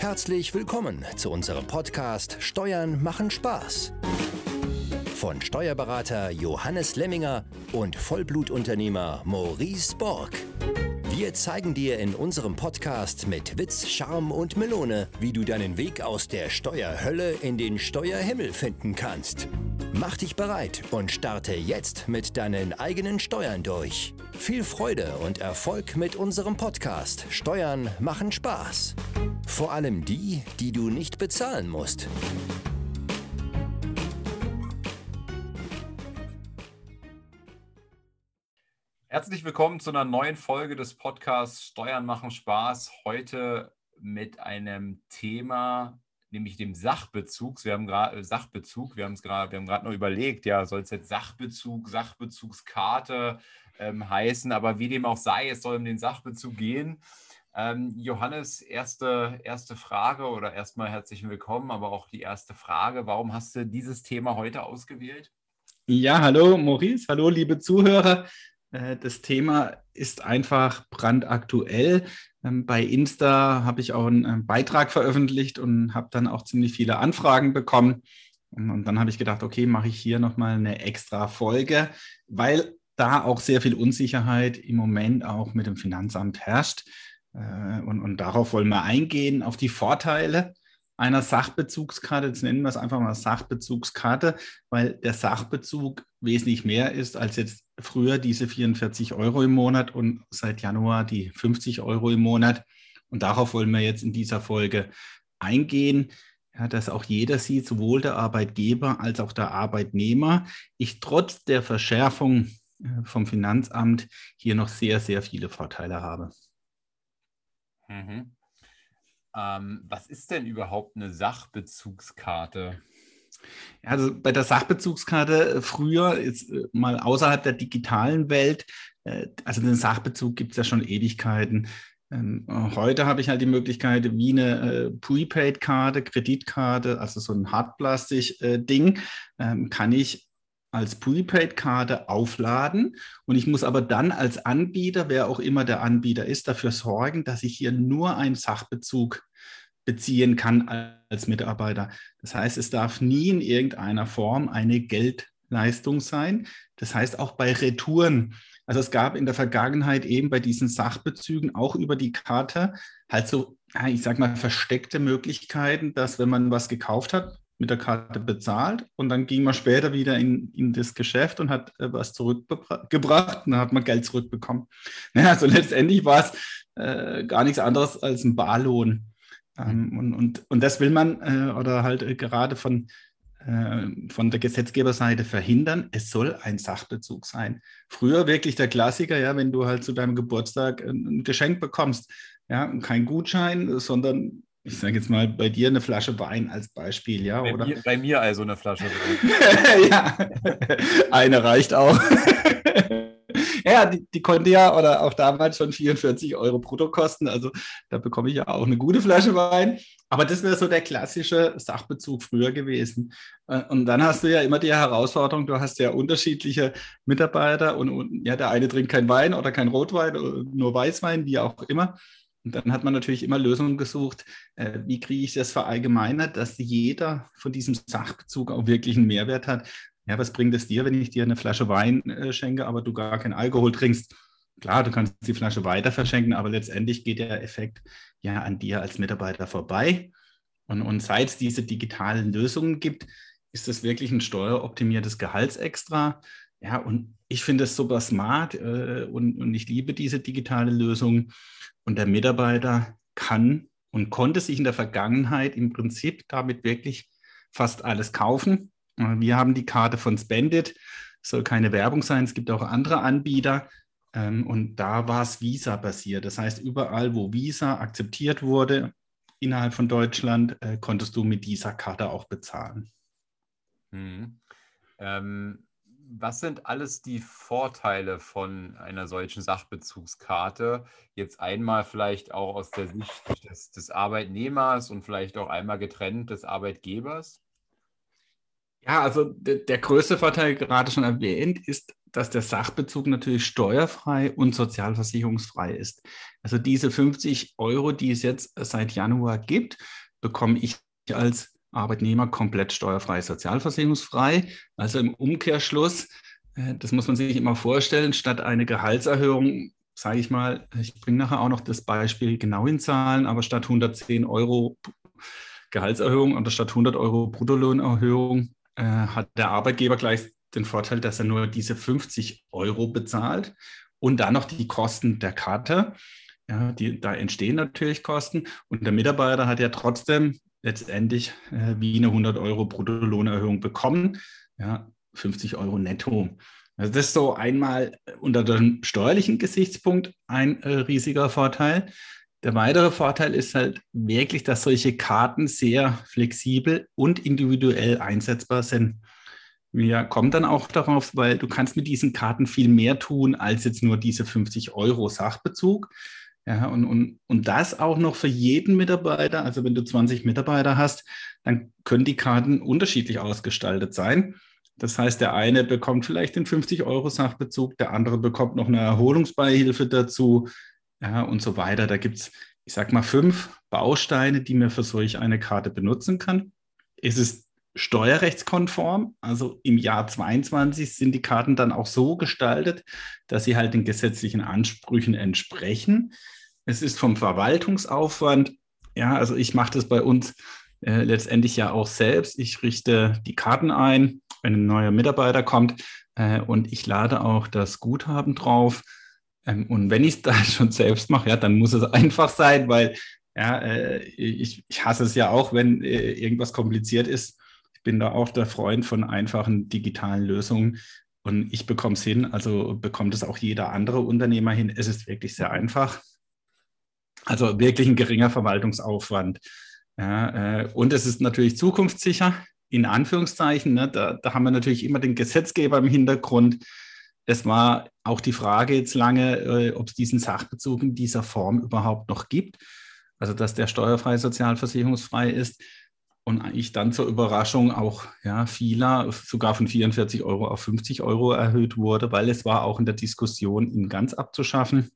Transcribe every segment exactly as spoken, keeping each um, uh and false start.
Herzlich willkommen zu unserem Podcast Steuern machen Spaß. Von Steuerberater Johannes Lemminger und Vollblutunternehmer Maurice Borg. Wir zeigen dir in unserem Podcast mit Witz, Charme und Melone, wie du deinen Weg aus der Steuerhölle in den Steuerhimmel finden kannst. Mach dich bereit und starte jetzt mit deinen eigenen Steuern durch. Viel Freude und Erfolg mit unserem Podcast Steuern machen Spaß. Vor allem die, die du nicht bezahlen musst. Herzlich willkommen zu einer neuen Folge des Podcasts Steuern machen Spaß. Heute mit einem Thema, nämlich dem Sachbezug. Wir haben gerade Sachbezug. Wir haben es gerade, wir haben gerade noch überlegt, ja, soll es jetzt Sachbezug, Sachbezugskarte ähm, heißen, aber wie dem auch sei, es soll um den Sachbezug gehen. Ähm, Johannes, erste, erste Frage oder erstmal herzlich willkommen, aber auch die erste Frage: Warum hast du dieses Thema heute ausgewählt? Ja, hallo Maurice, hallo liebe Zuhörer. Das Thema ist einfach brandaktuell. Bei Insta habe ich auch einen Beitrag veröffentlicht und habe dann auch ziemlich viele Anfragen bekommen. Und dann habe ich gedacht, okay, mache ich hier nochmal eine extra Folge, weil da auch sehr viel Unsicherheit im Moment auch mit dem Finanzamt herrscht. Und, und darauf wollen wir eingehen, auf die Vorteile einer Sachbezugskarte. Jetzt nennen wir es einfach mal Sachbezugskarte, weil der Sachbezug wesentlich mehr ist als jetzt früher diese vierundvierzig Euro im Monat und seit Januar die fünfzig Euro im Monat. Und darauf wollen wir jetzt in dieser Folge eingehen, ja, dass auch jeder sieht, sowohl der Arbeitgeber als auch der Arbeitnehmer, ich trotz der Verschärfung vom Finanzamt hier noch sehr, sehr viele Vorteile habe. Mhm. Ähm, was ist denn überhaupt eine Sachbezugskarte? Also bei der Sachbezugskarte früher, jetzt mal außerhalb der digitalen Welt, also den Sachbezug gibt es ja schon Ewigkeiten. Heute habe ich halt die Möglichkeit, wie eine Prepaid-Karte, Kreditkarte, also so ein Hartplastik-Ding, kann ich als Prepaid-Karte aufladen und ich muss aber dann als Anbieter, wer auch immer der Anbieter ist, dafür sorgen, dass ich hier nur einen Sachbezug beziehen kann als Mitarbeiter. Das heißt, es darf nie in irgendeiner Form eine Geldleistung sein. Das heißt auch bei Retouren. Also es gab in der Vergangenheit eben bei diesen Sachbezügen auch über die Karte halt so, ich sag mal, versteckte Möglichkeiten, dass wenn man was gekauft hat, mit der Karte bezahlt und dann ging man später wieder in, in das Geschäft und hat äh, was zurückgebracht und dann hat man Geld zurückbekommen. Naja, also letztendlich war es äh, gar nichts anderes als ein Barlohn. Ähm, und, und, und das will man äh, oder halt äh, gerade von, äh, von der Gesetzgeberseite verhindern. Es soll ein Sachbezug sein. Früher wirklich der Klassiker, ja, wenn du halt zu deinem Geburtstag ein, ein Geschenk bekommst, ja, kein Gutschein, sondern ich sage jetzt mal bei dir eine Flasche Wein als Beispiel, ja, Bei, oder? Mir, bei mir also eine Flasche Wein. Ja, eine reicht auch. Ja, die, die konnte ja oder auch damals schon vierundvierzig Euro brutto kosten, also da bekomme ich ja auch eine gute Flasche Wein. Aber das wäre so der klassische Sachbezug früher gewesen. Und dann hast du ja immer die Herausforderung, du hast ja unterschiedliche Mitarbeiter und, und ja, der eine trinkt kein Wein oder kein Rotwein, oder nur Weißwein, wie auch immer. Und dann hat man natürlich immer Lösungen gesucht, äh, wie kriege ich das verallgemeinert, dass jeder von diesem Sachbezug auch wirklich einen Mehrwert hat. Ja, was bringt es dir, wenn ich dir eine Flasche Wein äh, schenke, aber du gar keinen Alkohol trinkst? Klar, du kannst die Flasche weiter verschenken, aber letztendlich geht der Effekt ja an dir als Mitarbeiter vorbei. Und, und seit es diese digitalen Lösungen gibt, ist das wirklich ein steueroptimiertes Gehaltsextra. Ja, und ich finde es super smart äh, und, und ich liebe diese digitale Lösung. Und der Mitarbeiter kann und konnte sich in der Vergangenheit im Prinzip damit wirklich fast alles kaufen. Wir haben die Karte von Spendit, soll keine Werbung sein, es gibt auch andere Anbieter. Und da war es Visa-basiert. Das heißt, überall, wo Visa akzeptiert wurde, innerhalb von Deutschland, konntest du mit dieser Karte auch bezahlen. Hm. Ähm, was sind alles die Vorteile von einer solchen Sachbezugskarte? Jetzt einmal vielleicht auch aus der Sicht des, des Arbeitnehmers und vielleicht auch einmal getrennt des Arbeitgebers? Ja, also der, der größte Vorteil, gerade schon erwähnt, ist, dass der Sachbezug natürlich steuerfrei und sozialversicherungsfrei ist. Also diese fünfzig Euro, die es jetzt seit Januar gibt, bekomme ich als Arbeitnehmer komplett steuerfrei, sozialversicherungsfrei. Also im Umkehrschluss, das muss man sich immer vorstellen, statt eine Gehaltserhöhung, sage ich mal, ich bringe nachher auch noch das Beispiel genau in Zahlen, aber statt hundertzehn Euro Gehaltserhöhung oder statt hundert Euro Bruttolohnerhöhung äh, hat der Arbeitgeber gleich den Vorteil, dass er nur diese fünfzig Euro bezahlt und dann noch die Kosten der Karte. Ja, die, da entstehen natürlich Kosten und der Mitarbeiter hat ja trotzdem letztendlich äh, wie eine hundert Euro Bruttolohnerhöhung bekommen, ja, fünfzig Euro netto. Also das ist so einmal unter dem steuerlichen Gesichtspunkt ein äh, riesiger Vorteil. Der weitere Vorteil ist halt wirklich, dass solche Karten sehr flexibel und individuell einsetzbar sind. Wir kommen dann auch darauf, weil du kannst mit diesen Karten viel mehr tun als jetzt nur diese fünfzig Euro Sachbezug. Ja, und, und, und das auch noch für jeden Mitarbeiter. Also wenn du zwanzig Mitarbeiter hast, dann können die Karten unterschiedlich ausgestaltet sein. Das heißt, der eine bekommt vielleicht den fünfzig Euro Sachbezug, der andere bekommt noch eine Erholungsbeihilfe dazu, ja, und so weiter. Da gibt es, ich sag mal, fünf Bausteine, die man für solch eine Karte benutzen kann. Es ist steuerrechtskonform. Also im Jahr zweiundzwanzig sind die Karten dann auch so gestaltet, dass sie halt den gesetzlichen Ansprüchen entsprechen. Es ist vom Verwaltungsaufwand, ja, also ich mache das bei uns äh, letztendlich ja auch selbst. Ich richte die Karten ein, wenn ein neuer Mitarbeiter kommt äh, und ich lade auch das Guthaben drauf. Ähm, und wenn ich es dann schon selbst mache, ja, dann muss es einfach sein, weil ja, äh, ich, ich hasse es ja auch, wenn äh, irgendwas kompliziert ist. Ich bin da auch der Freund von einfachen digitalen Lösungen und ich bekomme es hin, also bekommt es auch jeder andere Unternehmer hin. Es ist wirklich sehr einfach. Also wirklich ein geringer Verwaltungsaufwand. Ja, äh, und es ist natürlich zukunftssicher, in Anführungszeichen. Ne? Da, da haben wir natürlich immer den Gesetzgeber im Hintergrund. Es war auch die Frage jetzt lange, äh, ob es diesen Sachbezug in dieser Form überhaupt noch gibt. Also dass der steuerfrei sozialversicherungsfrei ist. Und eigentlich dann zur Überraschung auch ja, vieler sogar von vierundvierzig Euro auf fünfzig Euro erhöht wurde, weil es war auch in der Diskussion, ihn ganz abzuschaffen.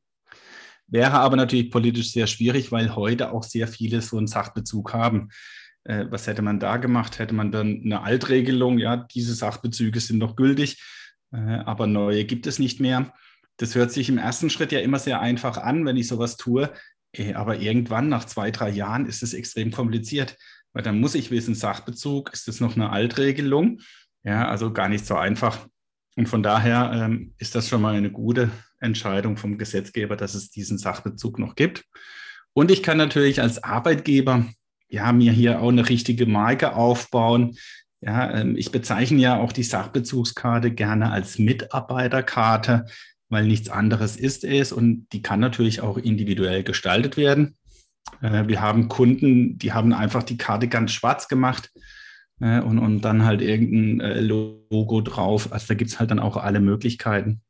Wäre aber natürlich politisch sehr schwierig, weil heute auch sehr viele so einen Sachbezug haben. Äh, was hätte man da gemacht? Hätte man dann eine Altregelung? Ja, diese Sachbezüge sind noch gültig, äh, aber neue gibt es nicht mehr. Das hört sich im ersten Schritt ja immer sehr einfach an, wenn ich sowas tue. Äh, aber irgendwann, nach zwei, drei Jahren, ist es extrem kompliziert, weil dann muss ich wissen, Sachbezug, ist das noch eine Altregelung? Ja, also gar nicht so einfach. Und von daher ähm, ist das schon mal eine gute Entscheidung vom Gesetzgeber, dass es diesen Sachbezug noch gibt. Und ich kann natürlich als Arbeitgeber ja mir hier auch eine richtige Marke aufbauen. Ja, ähm, ich bezeichne ja auch die Sachbezugskarte gerne als Mitarbeiterkarte, weil nichts anderes ist es und die kann natürlich auch individuell gestaltet werden. Äh, wir haben Kunden, die haben einfach die Karte ganz schwarz gemacht. Und, und dann halt irgendein äh, Logo drauf. Also da gibt es halt dann auch alle Möglichkeiten.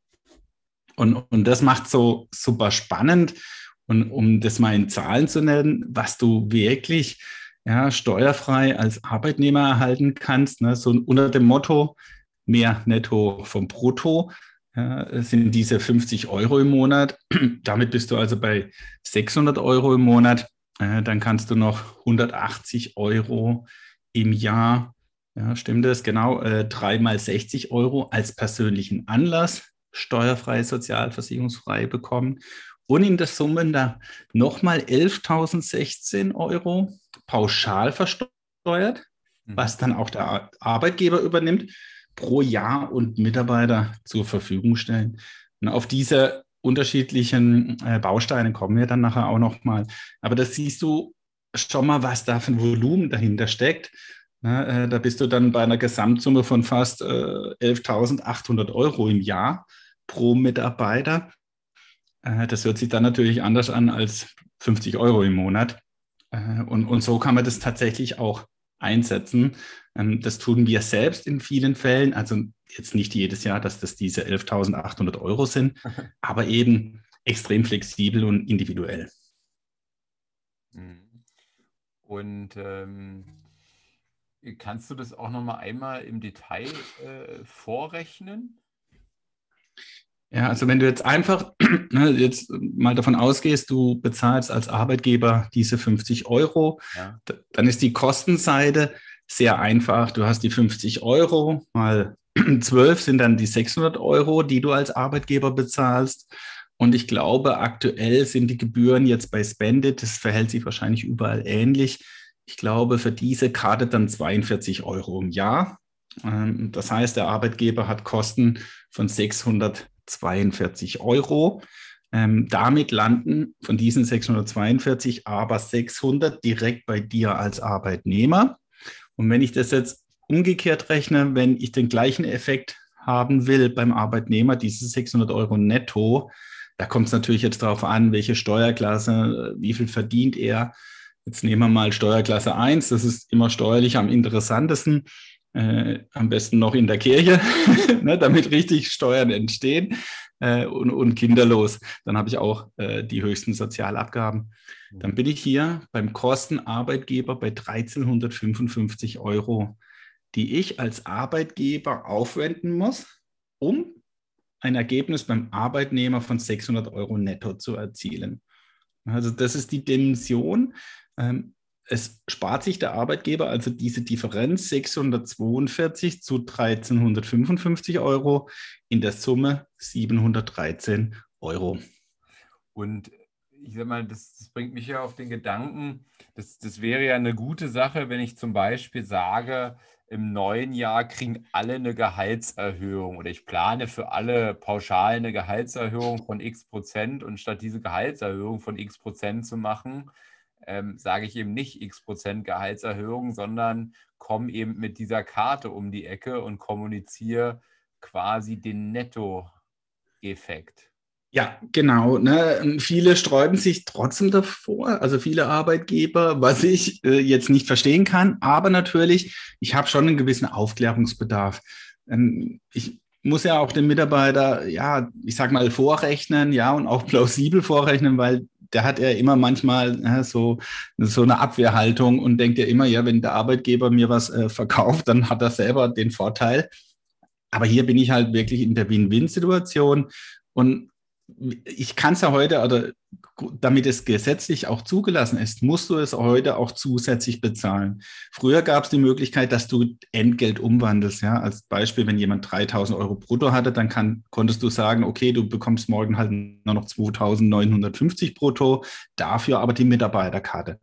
Und, und das macht so super spannend. Und um das mal in Zahlen zu nennen, was du wirklich ja, steuerfrei als Arbeitnehmer erhalten kannst, ne, so unter dem Motto mehr Netto vom Brutto, ja, sind diese fünfzig Euro im Monat. Damit bist du also bei sechshundert Euro im Monat. Äh, dann kannst du noch hundertachtzig Euro im Jahr, ja, stimmt das, genau, äh, drei mal sechzig Euro als persönlichen Anlass steuerfrei, sozialversicherungsfrei bekommen und in der Summe da nochmal elftausendsechzehn Euro pauschal versteuert, mhm. was dann auch der Arbeitgeber übernimmt, pro Jahr und Mitarbeiter zur Verfügung stellen. Und auf diese unterschiedlichen äh, Bausteine kommen wir dann nachher auch nochmal. Aber das siehst du schon mal, was da für ein Volumen dahinter steckt. Na, äh, da bist du dann bei einer Gesamtsumme von fast äh, elftausendachthundert Euro im Jahr pro Mitarbeiter. Äh, das hört sich dann natürlich anders an als fünfzig Euro im Monat. Äh, und, und so kann man das tatsächlich auch einsetzen. Ähm, das tun wir selbst in vielen Fällen. Also jetzt nicht jedes Jahr, dass das diese elftausendachthundert Euro sind, aber eben extrem flexibel und individuell. Und ähm, kannst du das auch noch mal einmal im Detail äh, vorrechnen? Ja, also wenn du jetzt einfach ne, jetzt mal davon ausgehst, du bezahlst als Arbeitgeber diese fünfzig Euro, Ja. d- dann ist die Kostenseite sehr einfach. Du hast die fünfzig Euro mal zwölf sind dann die sechshundert Euro, die du als Arbeitgeber bezahlst. Und ich glaube, aktuell sind die Gebühren jetzt bei Spendit, das verhält sich wahrscheinlich überall ähnlich. Ich glaube, für diese Karte dann zweiundvierzig Euro im Jahr. Ähm, Das heißt, der Arbeitgeber hat Kosten von sechshundertzweiundvierzig Euro. Ähm, damit landen von diesen sechshundertzweiundvierzig aber sechshundert direkt bei dir als Arbeitnehmer. Und wenn ich das jetzt umgekehrt rechne, wenn ich den gleichen Effekt haben will beim Arbeitnehmer, diese sechshundert Euro netto, da kommt es natürlich jetzt darauf an, welche Steuerklasse, wie viel verdient er. Jetzt nehmen wir mal Steuerklasse eins, das ist immer steuerlich am interessantesten. Äh, am besten noch in der Kirche, ne, damit richtig Steuern entstehen äh, und, und kinderlos. Dann habe ich auch äh, die höchsten Sozialabgaben. Dann bin ich hier beim Kostenarbeitgeber bei dreizehnhundertfünfundfünfzig Euro, die ich als Arbeitgeber aufwenden muss, um ein Ergebnis beim Arbeitnehmer von sechshundert Euro netto zu erzielen. Also das ist die Dimension. Ähm, Es spart sich der Arbeitgeber also diese Differenz sechshundertzweiundvierzig zu dreizehnhundertfünfundfünfzig Euro, in der Summe siebenhundertdreizehn Euro. Und ich sag mal, das, das bringt mich ja auf den Gedanken, das, das wäre ja eine gute Sache, wenn ich zum Beispiel sage, im neuen Jahr kriegen alle eine Gehaltserhöhung oder ich plane für alle pauschal eine Gehaltserhöhung von x Prozent und statt diese Gehaltserhöhung von x Prozent zu machen, ähm, sage ich eben nicht x Prozent Gehaltserhöhung, sondern komme eben mit dieser Karte um die Ecke und kommuniziere quasi den Nettoeffekt. Ja, genau. Ne? Viele sträuben sich trotzdem davor, also viele Arbeitgeber, was ich äh, jetzt nicht verstehen kann. Aber natürlich, ich habe schon einen gewissen Aufklärungsbedarf. Ähm, ich muss ja auch den Mitarbeiter, ja, ich sag mal, vorrechnen, ja, und auch plausibel vorrechnen, weil der hat ja immer manchmal ja, so, so eine Abwehrhaltung und denkt ja immer, ja, wenn der Arbeitgeber mir was äh, verkauft, dann hat er selber den Vorteil. Aber hier bin ich halt wirklich in der Win-Win-Situation und ich kann es ja heute, oder damit es gesetzlich auch zugelassen ist, musst du es heute auch zusätzlich bezahlen. Früher gab es die Möglichkeit, dass du Entgelt umwandelst. Ja? Als Beispiel, wenn jemand dreitausend Euro brutto hatte, dann kann, konntest du sagen, okay, du bekommst morgen halt nur noch zweitausendneunhundertfünfzig brutto, dafür aber die Mitarbeiterkarte.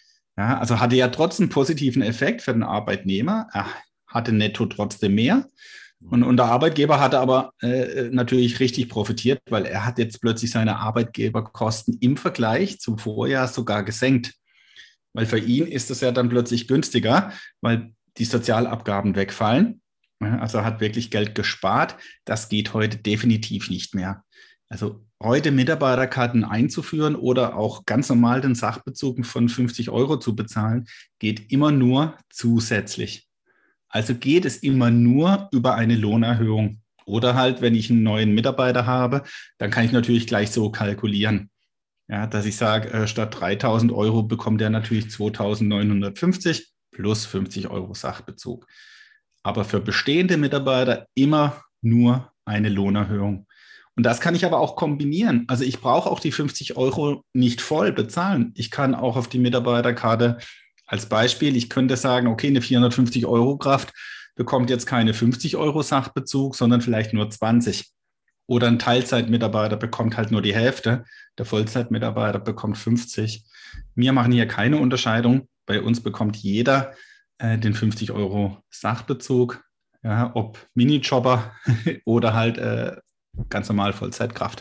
Ja, also hatte ja trotzdem einen positiven Effekt für den Arbeitnehmer. Er hatte netto trotzdem mehr. Und, und der Arbeitgeber hatte aber äh, natürlich richtig profitiert, weil er hat jetzt plötzlich seine Arbeitgeberkosten im Vergleich zum Vorjahr sogar gesenkt. Weil für ihn ist es ja dann plötzlich günstiger, weil die Sozialabgaben wegfallen. Ja, also er hat wirklich Geld gespart. Das geht heute definitiv nicht mehr. Also heute Mitarbeiterkarten einzuführen oder auch ganz normal den Sachbezug von fünfzig Euro zu bezahlen, geht immer nur zusätzlich. Also geht es immer nur über eine Lohnerhöhung. Oder halt, wenn ich einen neuen Mitarbeiter habe, dann kann ich natürlich gleich so kalkulieren. Ja, dass ich sage, äh, statt dreitausend Euro bekommt er natürlich zweitausendneunhundertfünfzig plus fünfzig Euro Sachbezug. Aber für bestehende Mitarbeiter immer nur eine Lohnerhöhung. Und das kann ich aber auch kombinieren. Also ich brauche auch die fünfzig Euro nicht voll bezahlen. Ich kann auch auf die Mitarbeiterkarte als Beispiel, ich könnte sagen, okay, eine vierhundertfünfzig Euro Kraft bekommt jetzt keine fünfzig Euro Sachbezug, sondern vielleicht nur zwanzig. Oder ein Teilzeitmitarbeiter bekommt halt nur die Hälfte, der Vollzeitmitarbeiter bekommt fünfzig. Wir machen hier keine Unterscheidung. Bei uns bekommt jeder äh, den fünfzig Euro Sachbezug, ja, ob Minijobber oder halt äh, ganz normal Vollzeitkraft.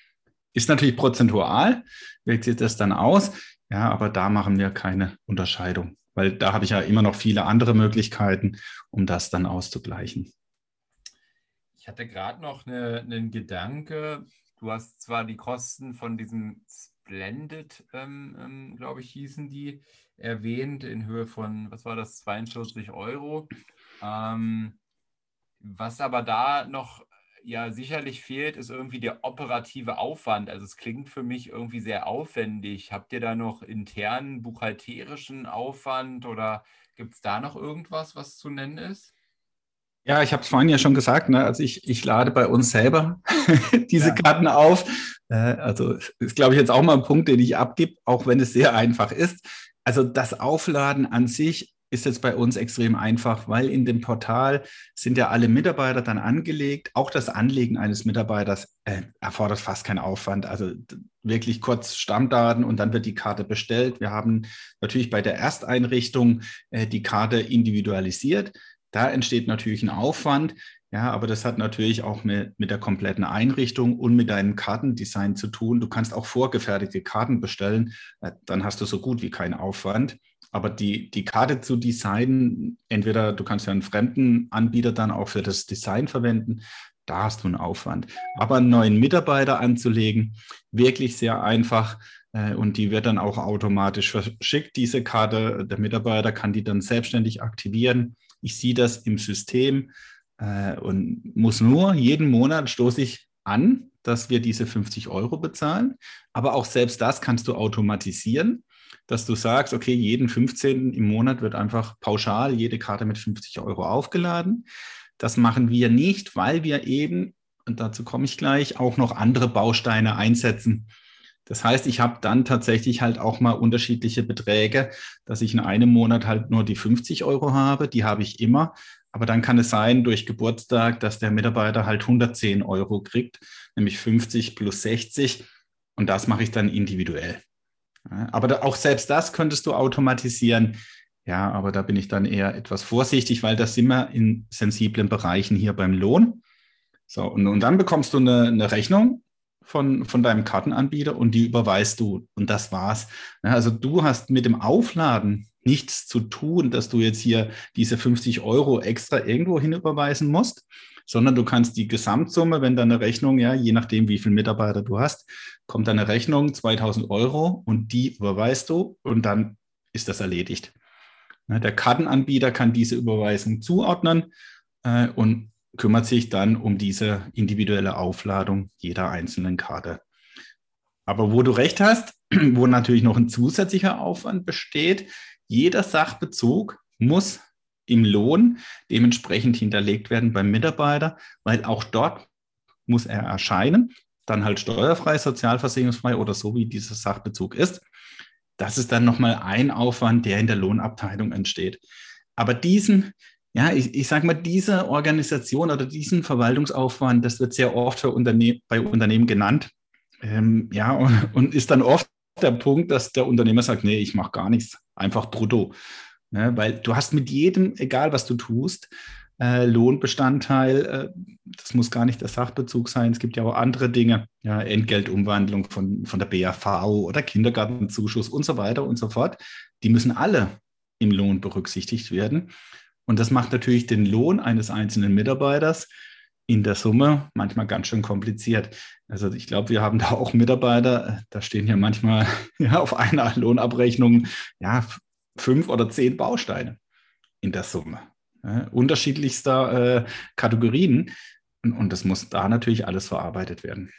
Ist natürlich prozentual, wirkt sich das dann aus, ja, aber da machen wir keine Unterscheidung, weil da habe ich ja immer noch viele andere Möglichkeiten, um das dann auszugleichen. Ich hatte gerade noch eine, einen Gedanke. Du hast zwar die Kosten von diesem Splendid, ähm, ähm, glaube ich, hießen die, erwähnt, in Höhe von, was war das, zweiundvierzig Euro. Ähm, was aber da noch ja sicherlich fehlt, ist irgendwie der operative Aufwand. Also es klingt für mich irgendwie sehr aufwendig. Habt ihr da noch internen buchhalterischen Aufwand oder gibt es da noch irgendwas, was zu nennen ist? Ja, ich habe es vorhin ja schon gesagt, ne? Also ich, ich lade bei uns selber diese Ja. Karten auf. Äh, also ist, glaube ich, jetzt auch mal ein Punkt, den ich abgebe, auch wenn es sehr einfach ist. Also das Aufladen an sich ist jetzt bei uns extrem einfach, weil in dem Portal sind ja alle Mitarbeiter dann angelegt. Auch das Anlegen eines Mitarbeiters äh, erfordert fast keinen Aufwand. Also d- wirklich kurz Stammdaten und dann wird die Karte bestellt. Wir haben natürlich bei der Ersteinrichtung äh, die Karte individualisiert. Da entsteht natürlich ein Aufwand, ja, aber das hat natürlich auch mit, mit der kompletten Einrichtung und mit deinem Kartendesign zu tun. Du kannst auch vorgefertigte Karten bestellen, äh, dann hast du so gut wie keinen Aufwand. Aber die, die Karte zu designen, entweder du kannst ja einen fremden Anbieter dann auch für das Design verwenden, da hast du einen Aufwand. Aber einen neuen Mitarbeiter anzulegen, wirklich sehr einfach. äh, Und die wird dann auch automatisch verschickt, diese Karte. Der Mitarbeiter kann die dann selbstständig aktivieren. Ich sehe das im System äh, und muss nur jeden Monat stoße ich an, dass wir diese fünfzig Euro bezahlen. Aber auch selbst das kannst du automatisieren, dass du sagst, okay, jeden fünfzehnten im Monat wird einfach pauschal jede Karte mit fünfzig Euro aufgeladen. Das machen wir nicht, weil wir eben, und dazu komme ich gleich, auch noch andere Bausteine einsetzen. Das heißt, ich habe dann tatsächlich halt auch mal unterschiedliche Beträge, dass ich in einem Monat halt nur die fünfzig Euro habe, die habe ich immer. Aber dann kann es sein, durch Geburtstag, dass der Mitarbeiter halt hundertzehn Euro kriegt, nämlich fünfzig plus sechzig. Und das mache ich dann individuell. Ja, aber da, auch selbst das könntest du automatisieren. Ja, aber da bin ich dann eher etwas vorsichtig, weil da sind wir in sensiblen Bereichen hier beim Lohn. So, und, und dann bekommst du eine, eine Rechnung von, von deinem Kartenanbieter und die überweist du. Und das war's. Ja, also du hast mit dem Aufladen nichts zu tun, dass du jetzt hier diese fünfzig Euro extra irgendwo hin überweisen musst, sondern du kannst die Gesamtsumme, wenn dann eine Rechnung, ja, je nachdem, wie viele Mitarbeiter du hast, kommt dann eine Rechnung, zweitausend Euro und die überweist du und dann ist das erledigt. Ja, der Kartenanbieter kann diese Überweisung zuordnen äh, und kümmert sich dann um diese individuelle Aufladung jeder einzelnen Karte. Aber wo du recht hast, wo natürlich noch ein zusätzlicher Aufwand besteht, jeder Sachbezug muss im Lohn dementsprechend hinterlegt werden beim Mitarbeiter, weil auch dort muss er erscheinen, dann halt steuerfrei, sozialversicherungsfrei oder so, wie dieser Sachbezug ist. Das ist dann nochmal ein Aufwand, der in der Lohnabteilung entsteht. Aber diesen, ja, ich, ich sage mal, diese Organisation oder diesen Verwaltungsaufwand, das wird sehr oft für Unterne- bei Unternehmen genannt. Ähm, ja, und, und ist dann oft der Punkt, dass der Unternehmer sagt, nee, ich mache gar nichts, einfach brutto. Ne, weil du hast mit jedem, egal was du tust, äh, Lohnbestandteil, äh, das muss gar nicht der Sachbezug sein, es gibt ja auch andere Dinge, ja, Entgeltumwandlung von, von der B A V oder Kindergartenzuschuss und so weiter und so fort. Die müssen alle im Lohn berücksichtigt werden. Und das macht natürlich den Lohn eines einzelnen Mitarbeiters in der Summe manchmal ganz schön kompliziert. Also ich glaube, wir haben da auch Mitarbeiter, da stehen ja manchmal ja, auf einer Lohnabrechnung ja, fünf oder zehn Bausteine in der Summe. Ja, unterschiedlichster äh, Kategorien. Und, und das muss da natürlich alles verarbeitet werden.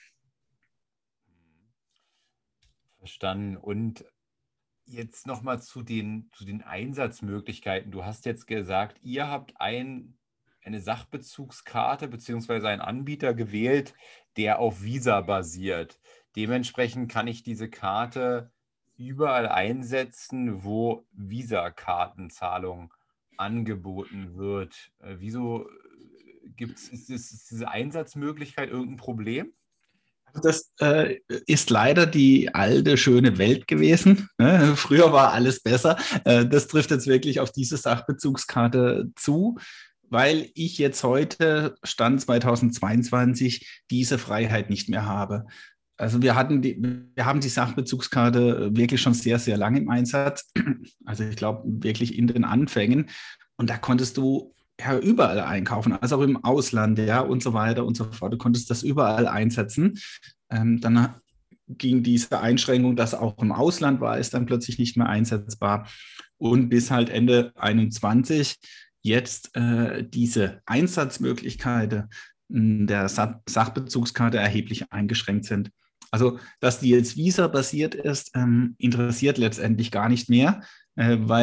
Verstanden. Und jetzt nochmal zu den, zu den Einsatzmöglichkeiten. Du hast jetzt gesagt, ihr habt ein, eine Sachbezugskarte bzw. einen Anbieter gewählt, der auf Visa basiert. Dementsprechend kann ich diese Karte überall einsetzen, wo Visa-Kartenzahlung angeboten wird. Äh, wieso gibt's, ist, ist diese Einsatzmöglichkeit irgendein Problem? Das äh, ist leider die alte, schöne Welt gewesen. Ne? Früher war alles besser. Äh, das trifft jetzt wirklich auf diese Sachbezugskarte zu, weil ich jetzt heute, Stand zweitausendzweiundzwanzig, diese Freiheit nicht mehr habe. Also wir hatten die, wir haben die Sachbezugskarte wirklich schon sehr, sehr lange im Einsatz. Also ich glaube wirklich in den Anfängen. Und da konntest du ja überall einkaufen, also auch im Ausland, ja, und so weiter und so fort. Du konntest das überall einsetzen. Ähm, dann ging diese Einschränkung, dass auch im Ausland war, ist dann plötzlich nicht mehr einsetzbar. Und bis halt Ende einundzwanzig jetzt äh, diese Einsatzmöglichkeiten der Sa- Sachbezugskarte erheblich eingeschränkt sind. Also, dass die jetzt Visa-basiert ist, ähm, interessiert letztendlich gar nicht mehr, äh, weil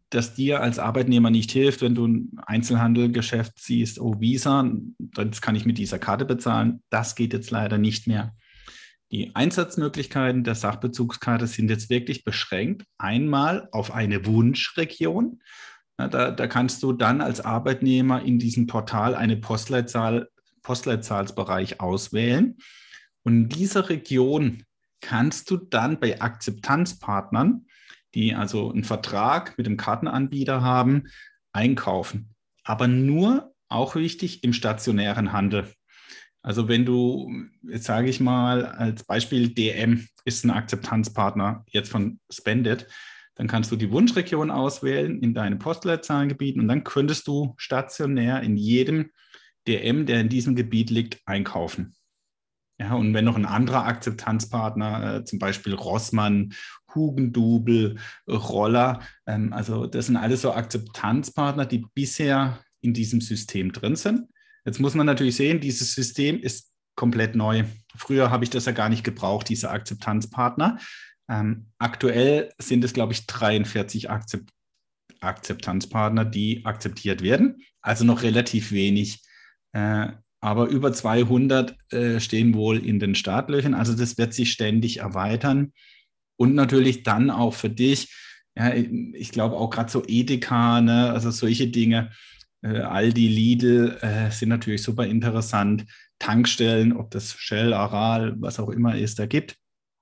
das dir als Arbeitnehmer nicht hilft, wenn du ein Einzelhandelgeschäft siehst, oh Visa, das kann ich mit dieser Karte bezahlen. Das geht jetzt leider nicht mehr. Die Einsatzmöglichkeiten der Sachbezugskarte sind jetzt wirklich beschränkt. Einmal auf eine Wunschregion. Ja, da, da kannst du dann als Arbeitnehmer in diesem Portal eine Postleitzahl, Postleitzahlsbereich auswählen. Und in dieser Region kannst du dann bei Akzeptanzpartnern, die also einen Vertrag mit dem Kartenanbieter haben, einkaufen. Aber nur, auch wichtig, im stationären Handel. Also wenn du, jetzt sage ich mal, als Beispiel D M ist ein Akzeptanzpartner jetzt von Spendit, dann kannst du die Wunschregion auswählen in deinem Postleitzahlengebiet und dann könntest du stationär in jedem D M, der in diesem Gebiet liegt, einkaufen. Ja, und wenn noch ein anderer Akzeptanzpartner, äh, zum Beispiel Rossmann, Hugendubel, Roller, ähm, also das sind alles so Akzeptanzpartner, die bisher in diesem System drin sind. Jetzt muss man natürlich sehen, dieses System ist komplett neu. Früher habe ich das ja gar nicht gebraucht, diese Akzeptanzpartner. Ähm, aktuell sind es, glaube ich, dreiundvierzig Akzept Akzeptanzpartner, die akzeptiert werden. Also noch relativ wenig. Äh, aber über zweihundert äh, stehen wohl in den Startlöchern. Also das wird sich ständig erweitern. Und natürlich dann auch für dich, ja, ich glaube auch gerade so Edeka, ne, also solche Dinge, Äh, Aldi, Lidl äh, sind natürlich super interessant. Tankstellen, ob das Shell, Aral, was auch immer es da gibt,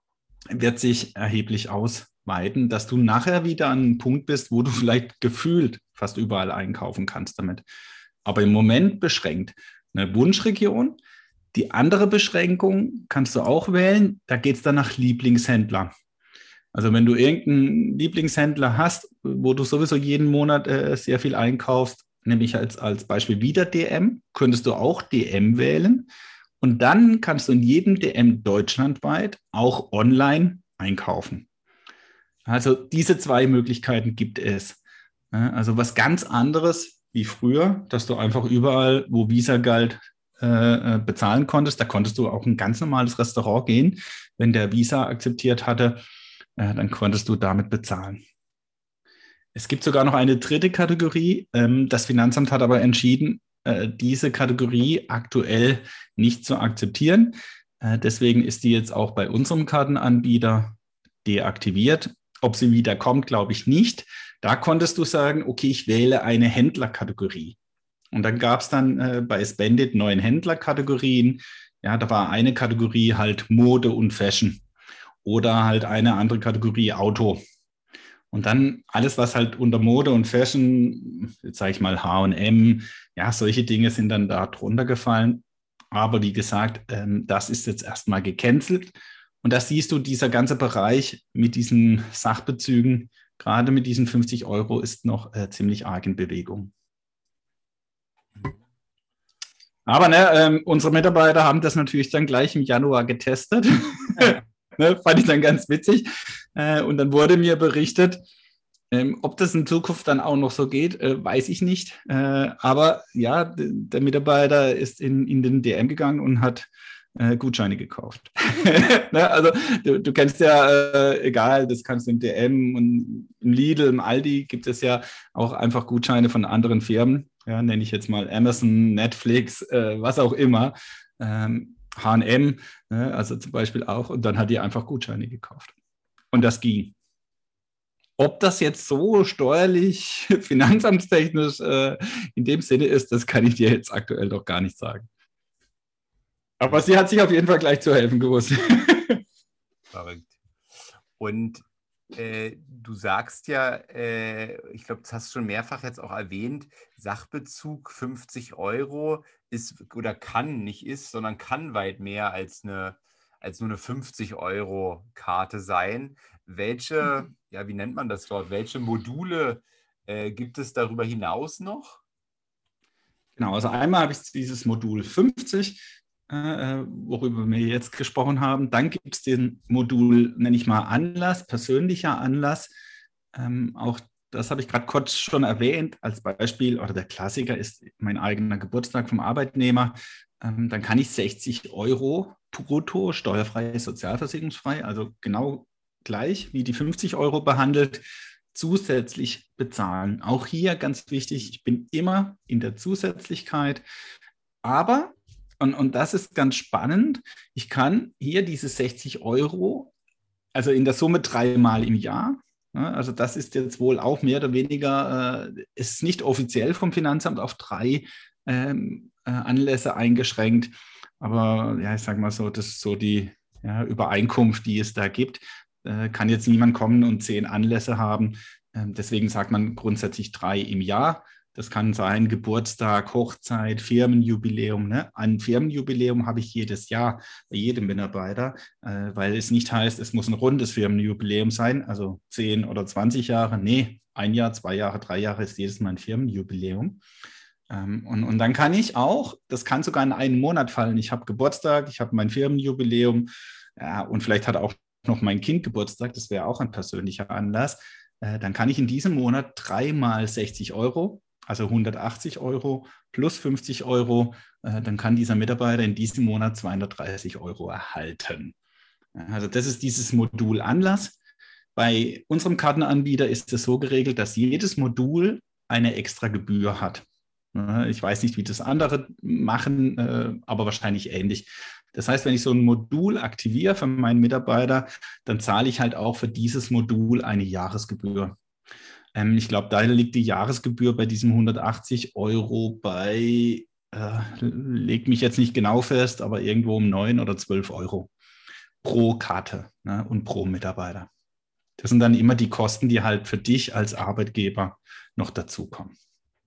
wird sich erheblich ausweiten, dass du nachher wieder an einem Punkt bist, wo du vielleicht gefühlt fast überall einkaufen kannst damit. Aber im Moment beschränkt. Eine Wunschregion. Die andere Beschränkung kannst du auch wählen. Da geht es dann nach Lieblingshändler. Also wenn du irgendeinen Lieblingshändler hast, wo du sowieso jeden Monat äh, sehr viel einkaufst, nämlich als, als Beispiel wieder D M, könntest du auch D M wählen und dann kannst du in jedem D M deutschlandweit auch online einkaufen. Also diese zwei Möglichkeiten gibt es. Also was ganz anderes wie früher, dass du einfach überall, wo Visa galt, äh, bezahlen konntest. Da konntest du auch in ein ganz normales Restaurant gehen. Wenn der Visa akzeptiert hatte, äh, dann konntest du damit bezahlen. Es gibt sogar noch eine dritte Kategorie. Das Finanzamt hat aber entschieden, diese Kategorie aktuell nicht zu akzeptieren. Deswegen ist die jetzt auch bei unserem Kartenanbieter deaktiviert. Ob sie wieder kommt, glaube ich nicht. Da konntest du sagen, okay, ich wähle eine Händlerkategorie. Und dann gab es dann bei Spendit neun Händlerkategorien. Ja, da war eine Kategorie halt Mode und Fashion oder halt eine andere Kategorie Auto. Und dann alles, was halt unter Mode und Fashion, jetzt sage ich mal H und M, ja, solche Dinge sind dann da drunter gefallen. Aber wie gesagt, ähm, das ist jetzt erstmal gecancelt. Und da siehst du, dieser ganze Bereich mit diesen Sachbezügen, gerade mit diesen fünfzig Euro, ist noch äh, ziemlich arg in Bewegung. Aber ne, ähm, unsere Mitarbeiter haben das natürlich dann gleich im Januar getestet. Ne, fand ich dann ganz witzig. Äh, und dann wurde mir berichtet, ähm, ob das in Zukunft dann auch noch so geht, äh, weiß ich nicht. Äh, aber ja, d- der Mitarbeiter ist in, in den D M gegangen und hat äh, Gutscheine gekauft. Ne, also du, du kennst ja, äh, egal, das kannst du im D M und im Lidl, im Aldi gibt es ja auch einfach Gutscheine von anderen Firmen. Ja, nenne ich jetzt mal Amazon, Netflix, äh, was auch immer. Ähm, H und M, ne, also zum Beispiel auch, und dann hat die einfach Gutscheine gekauft. Und das ging. Ob das jetzt so steuerlich, finanzamtstechnisch äh, in dem Sinne ist, das kann ich dir jetzt aktuell doch gar nicht sagen. Aber sie hat sich auf jeden Fall gleich zu helfen gewusst. Verrückt. Und äh, du sagst ja, äh, ich glaube, das hast du schon mehrfach jetzt auch erwähnt, Sachbezug fünfzig Euro ist oder kann, nicht ist, sondern kann weit mehr als, eine, als nur eine fünfzig Euro Karte sein. Welche, ja, wie nennt man das dort? Welche Module äh, gibt es darüber hinaus noch? Genau, also einmal habe ich dieses Modul fünfzig, äh, worüber wir jetzt gesprochen haben. Dann gibt es den Modul, nenne ich mal Anlass, persönlicher Anlass. Ähm, auch das habe ich gerade kurz schon erwähnt als Beispiel, oder der Klassiker ist mein eigener Geburtstag vom Arbeitnehmer. Ähm, dann kann ich sechzig Euro brutto, steuerfrei, sozialversicherungsfrei, also genau gleich wie die fünfzig Euro behandelt, zusätzlich bezahlen. Auch hier ganz wichtig, ich bin immer in der Zusätzlichkeit, aber, und, und das ist ganz spannend, ich kann hier diese sechzig Euro, also in der Summe dreimal im Jahr, ja, also das ist jetzt wohl auch mehr oder weniger, äh, ist nicht offiziell vom Finanzamt auf drei ähm, äh, Anlässe eingeschränkt, aber ja, ich sage mal so, das ist so die ja, Übereinkunft, die es da gibt. Äh, kann jetzt niemand kommen und zehn Anlässe haben. Ähm, deswegen sagt man grundsätzlich drei im Jahr. Das kann sein Geburtstag, Hochzeit, Firmenjubiläum. Ne? Ein Firmenjubiläum habe ich jedes Jahr bei jedem Mitarbeiter, äh, weil es nicht heißt, es muss ein rundes Firmenjubiläum sein, also zehn oder zwanzig Jahre. Nee, ein Jahr, zwei Jahre, drei Jahre ist jedes Mal ein Firmenjubiläum. Ähm, und, und dann kann ich auch, das kann sogar in einen Monat fallen. Ich habe Geburtstag, ich habe mein Firmenjubiläum, ja, und vielleicht hat auch noch mein Kind Geburtstag, das wäre auch ein persönlicher Anlass. Äh, dann kann ich in diesem Monat dreimal sechzig Euro, also hundertachtzig Euro plus fünfzig Euro, äh, dann kann dieser Mitarbeiter in diesem Monat zweihundertdreißig Euro erhalten. Also das ist dieses Modul Anlass. Bei unserem Kartenanbieter ist es so geregelt, dass jedes Modul eine extra Gebühr hat. Ich weiß nicht, wie das andere machen, äh, aber wahrscheinlich ähnlich. Das heißt, wenn ich so ein Modul aktiviere für meinen Mitarbeiter, dann zahle ich halt auch für dieses Modul eine Jahresgebühr. Ähm, ich glaube, da liegt die Jahresgebühr bei diesem hundertachtzig Euro bei, äh, legt mich jetzt nicht genau fest, aber irgendwo um neun oder zwölf Euro pro Karte, ne, und pro Mitarbeiter. Das sind dann immer die Kosten, die halt für dich als Arbeitgeber noch dazukommen.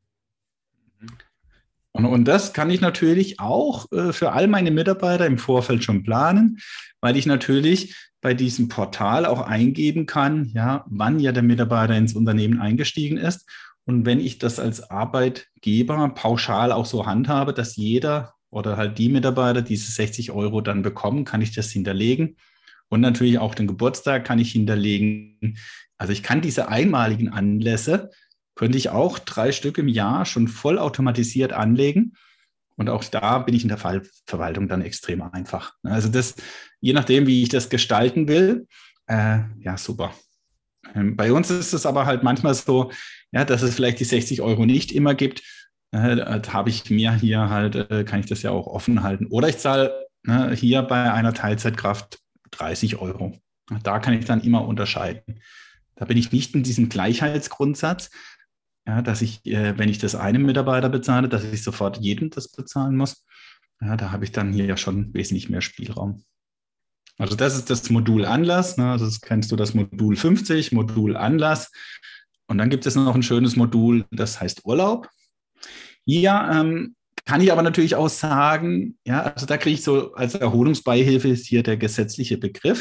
Und, und das kann ich natürlich auch äh, für all meine Mitarbeiter im Vorfeld schon planen, weil ich natürlich bei diesem Portal auch eingeben kann, ja, wann ja der Mitarbeiter ins Unternehmen eingestiegen ist. Und wenn ich das als Arbeitgeber pauschal auch so handhabe, dass jeder oder halt die Mitarbeiter diese sechzig Euro dann bekommen, kann ich das hinterlegen. Und natürlich auch den Geburtstag kann ich hinterlegen. Also ich kann diese einmaligen Anlässe, könnte ich auch drei Stück im Jahr schon vollautomatisiert anlegen. Und auch da bin ich in der Fallverwaltung dann extrem einfach. Also das, je nachdem, wie ich das gestalten will, äh, ja, super. Ähm, bei uns ist es aber halt manchmal so, ja, dass es vielleicht die sechzig Euro nicht immer gibt. Äh, da habe ich mir hier halt, äh, kann ich das ja auch offen halten. Oder ich zahle ne, hier bei einer Teilzeitkraft dreißig Euro. Da kann ich dann immer unterscheiden. Da bin ich nicht in diesem Gleichheitsgrundsatz, ja, dass ich, äh, wenn ich das einem Mitarbeiter bezahle, dass ich sofort jedem das bezahlen muss. Ja, da habe ich dann hier ja schon wesentlich mehr Spielraum. Also das ist das Modul Anlass. Ne? Also das kennst du, das Modul fünfzig, Modul Anlass. Und dann gibt es noch ein schönes Modul, das heißt Urlaub. Hier ähm, kann ich aber natürlich auch sagen, ja, also da kriege ich so als Erholungsbeihilfe ist hier der gesetzliche Begriff.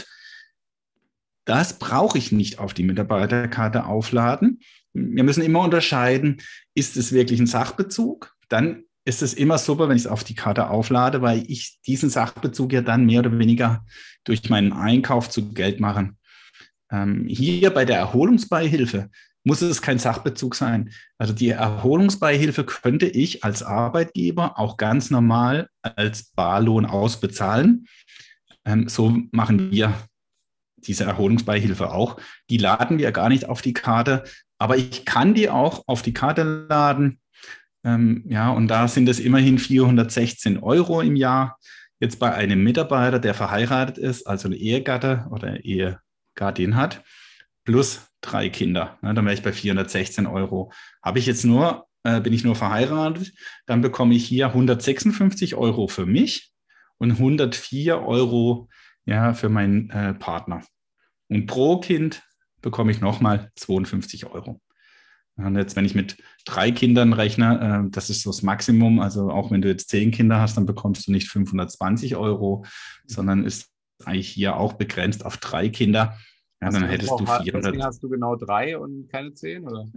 Das brauche ich nicht auf die Mitarbeiterkarte aufladen. Wir müssen immer unterscheiden, ist es wirklich ein Sachbezug? Dann ist es immer super, wenn ich es auf die Karte auflade, weil ich diesen Sachbezug ja dann mehr oder weniger durch meinen Einkauf zu Geld mache. Ähm, hier bei der Erholungsbeihilfe muss es kein Sachbezug sein. Also die Erholungsbeihilfe könnte ich als Arbeitgeber auch ganz normal als Barlohn ausbezahlen. Ähm, so machen wir diese Erholungsbeihilfe auch. Die laden wir gar nicht auf die Karte, aber ich kann die auch auf die Karte laden. Ähm, ja, und da sind es immerhin vierhundertsechzehn Euro im Jahr. Jetzt bei einem Mitarbeiter, der verheiratet ist, also eine Ehegatte oder Ehegattin hat, plus drei Kinder. Ja, dann wäre ich bei vierhundertsechzehn Euro. Habe ich jetzt nur, äh, bin ich nur verheiratet, dann bekomme ich hier hundertsechsundfünfzig Euro für mich und hundertvier Euro ja, für meinen äh, Partner. Und pro Kind bekomme ich nochmal zweiundfünfzig Euro. Und jetzt, wenn ich mit drei Kindern rechne, äh, das ist so das Maximum. Also auch wenn du jetzt zehn Kinder hast, dann bekommst du nicht fünfhundertzwanzig Euro, sondern ist eigentlich hier auch begrenzt auf drei Kinder. Ja, dann hättest du vierhundert. Deswegen hast du genau drei und keine zehn, oder?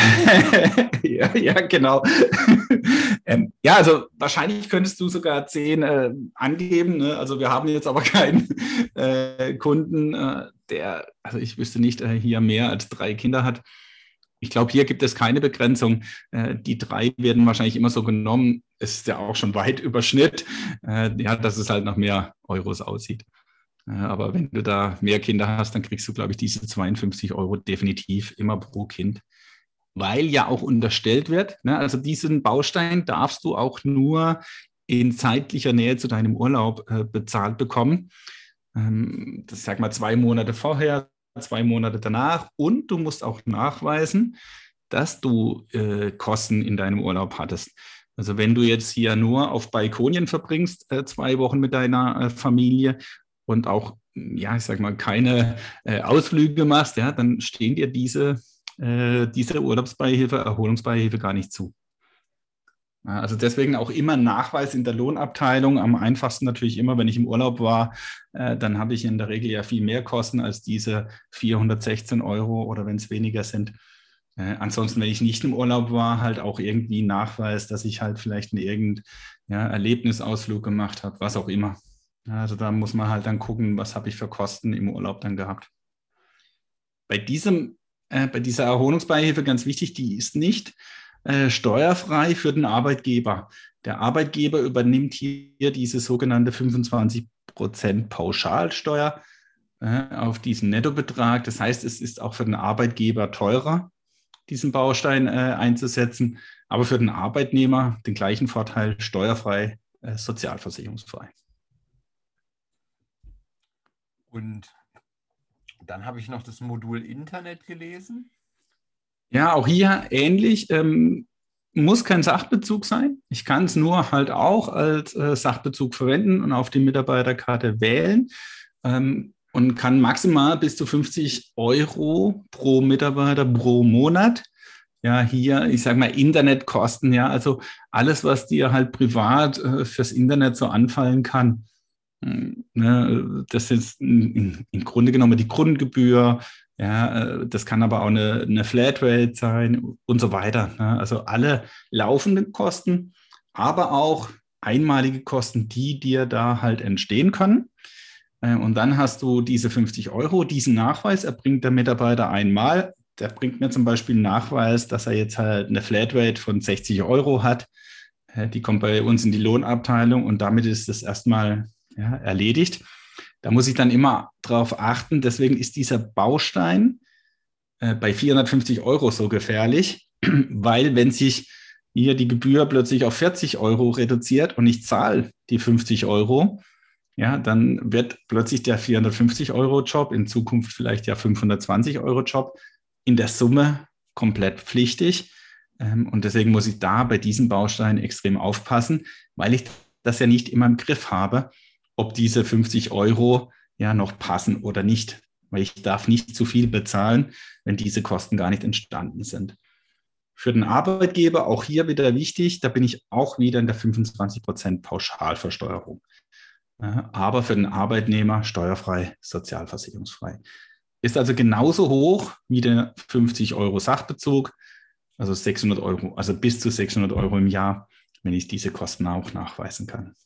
ja, ja, genau. ähm, ja, also wahrscheinlich könntest du sogar zehn äh, angeben. Ne? Also wir haben jetzt aber keinen äh, Kunden, äh, der, also ich wüsste nicht, äh, hier mehr als drei Kinder hat. Ich glaube, hier gibt es keine Begrenzung. Äh, die drei werden wahrscheinlich immer so genommen. Es ist ja auch schon weit über Schnitt, äh, ja, dass es halt nach mehr Euros aussieht. Aber wenn du da mehr Kinder hast, dann kriegst du, glaube ich, diese zweiundfünfzig Euro definitiv immer pro Kind. Weil ja auch unterstellt wird, ne, also diesen Baustein darfst du auch nur in zeitlicher Nähe zu deinem Urlaub äh, bezahlt bekommen. Ähm, das sag mal zwei Monate vorher, zwei Monate danach. Und du musst auch nachweisen, dass du äh, Kosten in deinem Urlaub hattest. Also wenn du jetzt hier nur auf Balkonien verbringst, äh, zwei Wochen mit deiner äh, Familie und auch, ja, ich sag mal, keine äh, Ausflüge machst, ja, dann stehen dir diese diese Urlaubsbeihilfe, Erholungsbeihilfe gar nicht zu. Also deswegen auch immer Nachweis in der Lohnabteilung. Am einfachsten natürlich immer, wenn ich im Urlaub war, dann habe ich in der Regel ja viel mehr Kosten als diese vierhundertsechzehn Euro oder wenn es weniger sind. Ansonsten, wenn ich nicht im Urlaub war, halt auch irgendwie Nachweis, dass ich halt vielleicht einen irgendeinen ja, Erlebnisausflug gemacht habe, was auch immer. Also da muss man halt dann gucken, was habe ich für Kosten im Urlaub dann gehabt. Bei diesem Äh, bei dieser Erholungsbeihilfe ganz wichtig, die ist nicht äh, steuerfrei für den Arbeitgeber. Der Arbeitgeber übernimmt hier diese sogenannte fünfundzwanzig Prozent Pauschalsteuer äh, auf diesen Nettobetrag. Das heißt, es ist auch für den Arbeitgeber teurer, diesen Baustein äh, einzusetzen, aber für den Arbeitnehmer den gleichen Vorteil, steuerfrei, äh, sozialversicherungsfrei. Und dann habe ich noch das Modul Internet gelesen. Ja, auch hier ähnlich. Ähm, muss kein Sachbezug sein. Ich kann es nur halt auch als äh, Sachbezug verwenden und auf die Mitarbeiterkarte wählen ähm, und kann maximal bis zu fünfzig Euro pro Mitarbeiter pro Monat. Ja, hier, ich sage mal, Internetkosten, ja, also alles, was dir halt privat äh, fürs Internet so anfallen kann. Das ist im Grunde genommen die Grundgebühr, ja, das kann aber auch eine, eine Flatrate sein und so weiter. Also alle laufenden Kosten, aber auch einmalige Kosten, die dir da halt entstehen können. Und dann hast du diese fünfzig Euro, diesen Nachweis erbringt der Mitarbeiter einmal. Der bringt mir zum Beispiel einen Nachweis, dass er jetzt halt eine Flatrate von sechzig Euro hat. Die kommt bei uns in die Lohnabteilung und damit ist es erstmal ja, erledigt. Da muss ich dann immer drauf achten. Deswegen ist dieser Baustein äh, bei vierhundertfünfzig Euro so gefährlich, weil wenn sich hier die Gebühr plötzlich auf vierzig Euro reduziert und ich zahle die fünfzig Euro, ja, dann wird plötzlich der vierhundertfünfzig Euro Job, in Zukunft vielleicht ja fünfhundertzwanzig Euro Job, in der Summe komplett pflichtig. Ähm, und deswegen muss ich da bei diesem Baustein extrem aufpassen, weil ich das ja nicht immer im Griff habe, ob diese fünfzig Euro ja noch passen oder nicht. Weil ich darf nicht zu viel bezahlen, wenn diese Kosten gar nicht entstanden sind. Für den Arbeitgeber auch hier wieder wichtig, da bin ich auch wieder in der fünfundzwanzig Prozent Pauschalversteuerung. Aber für den Arbeitnehmer steuerfrei, sozialversicherungsfrei. Ist also genauso hoch wie der fünfzig Euro Sachbezug, also sechshundert Euro, also bis zu sechshundert Euro im Jahr, wenn ich diese Kosten auch nachweisen kann.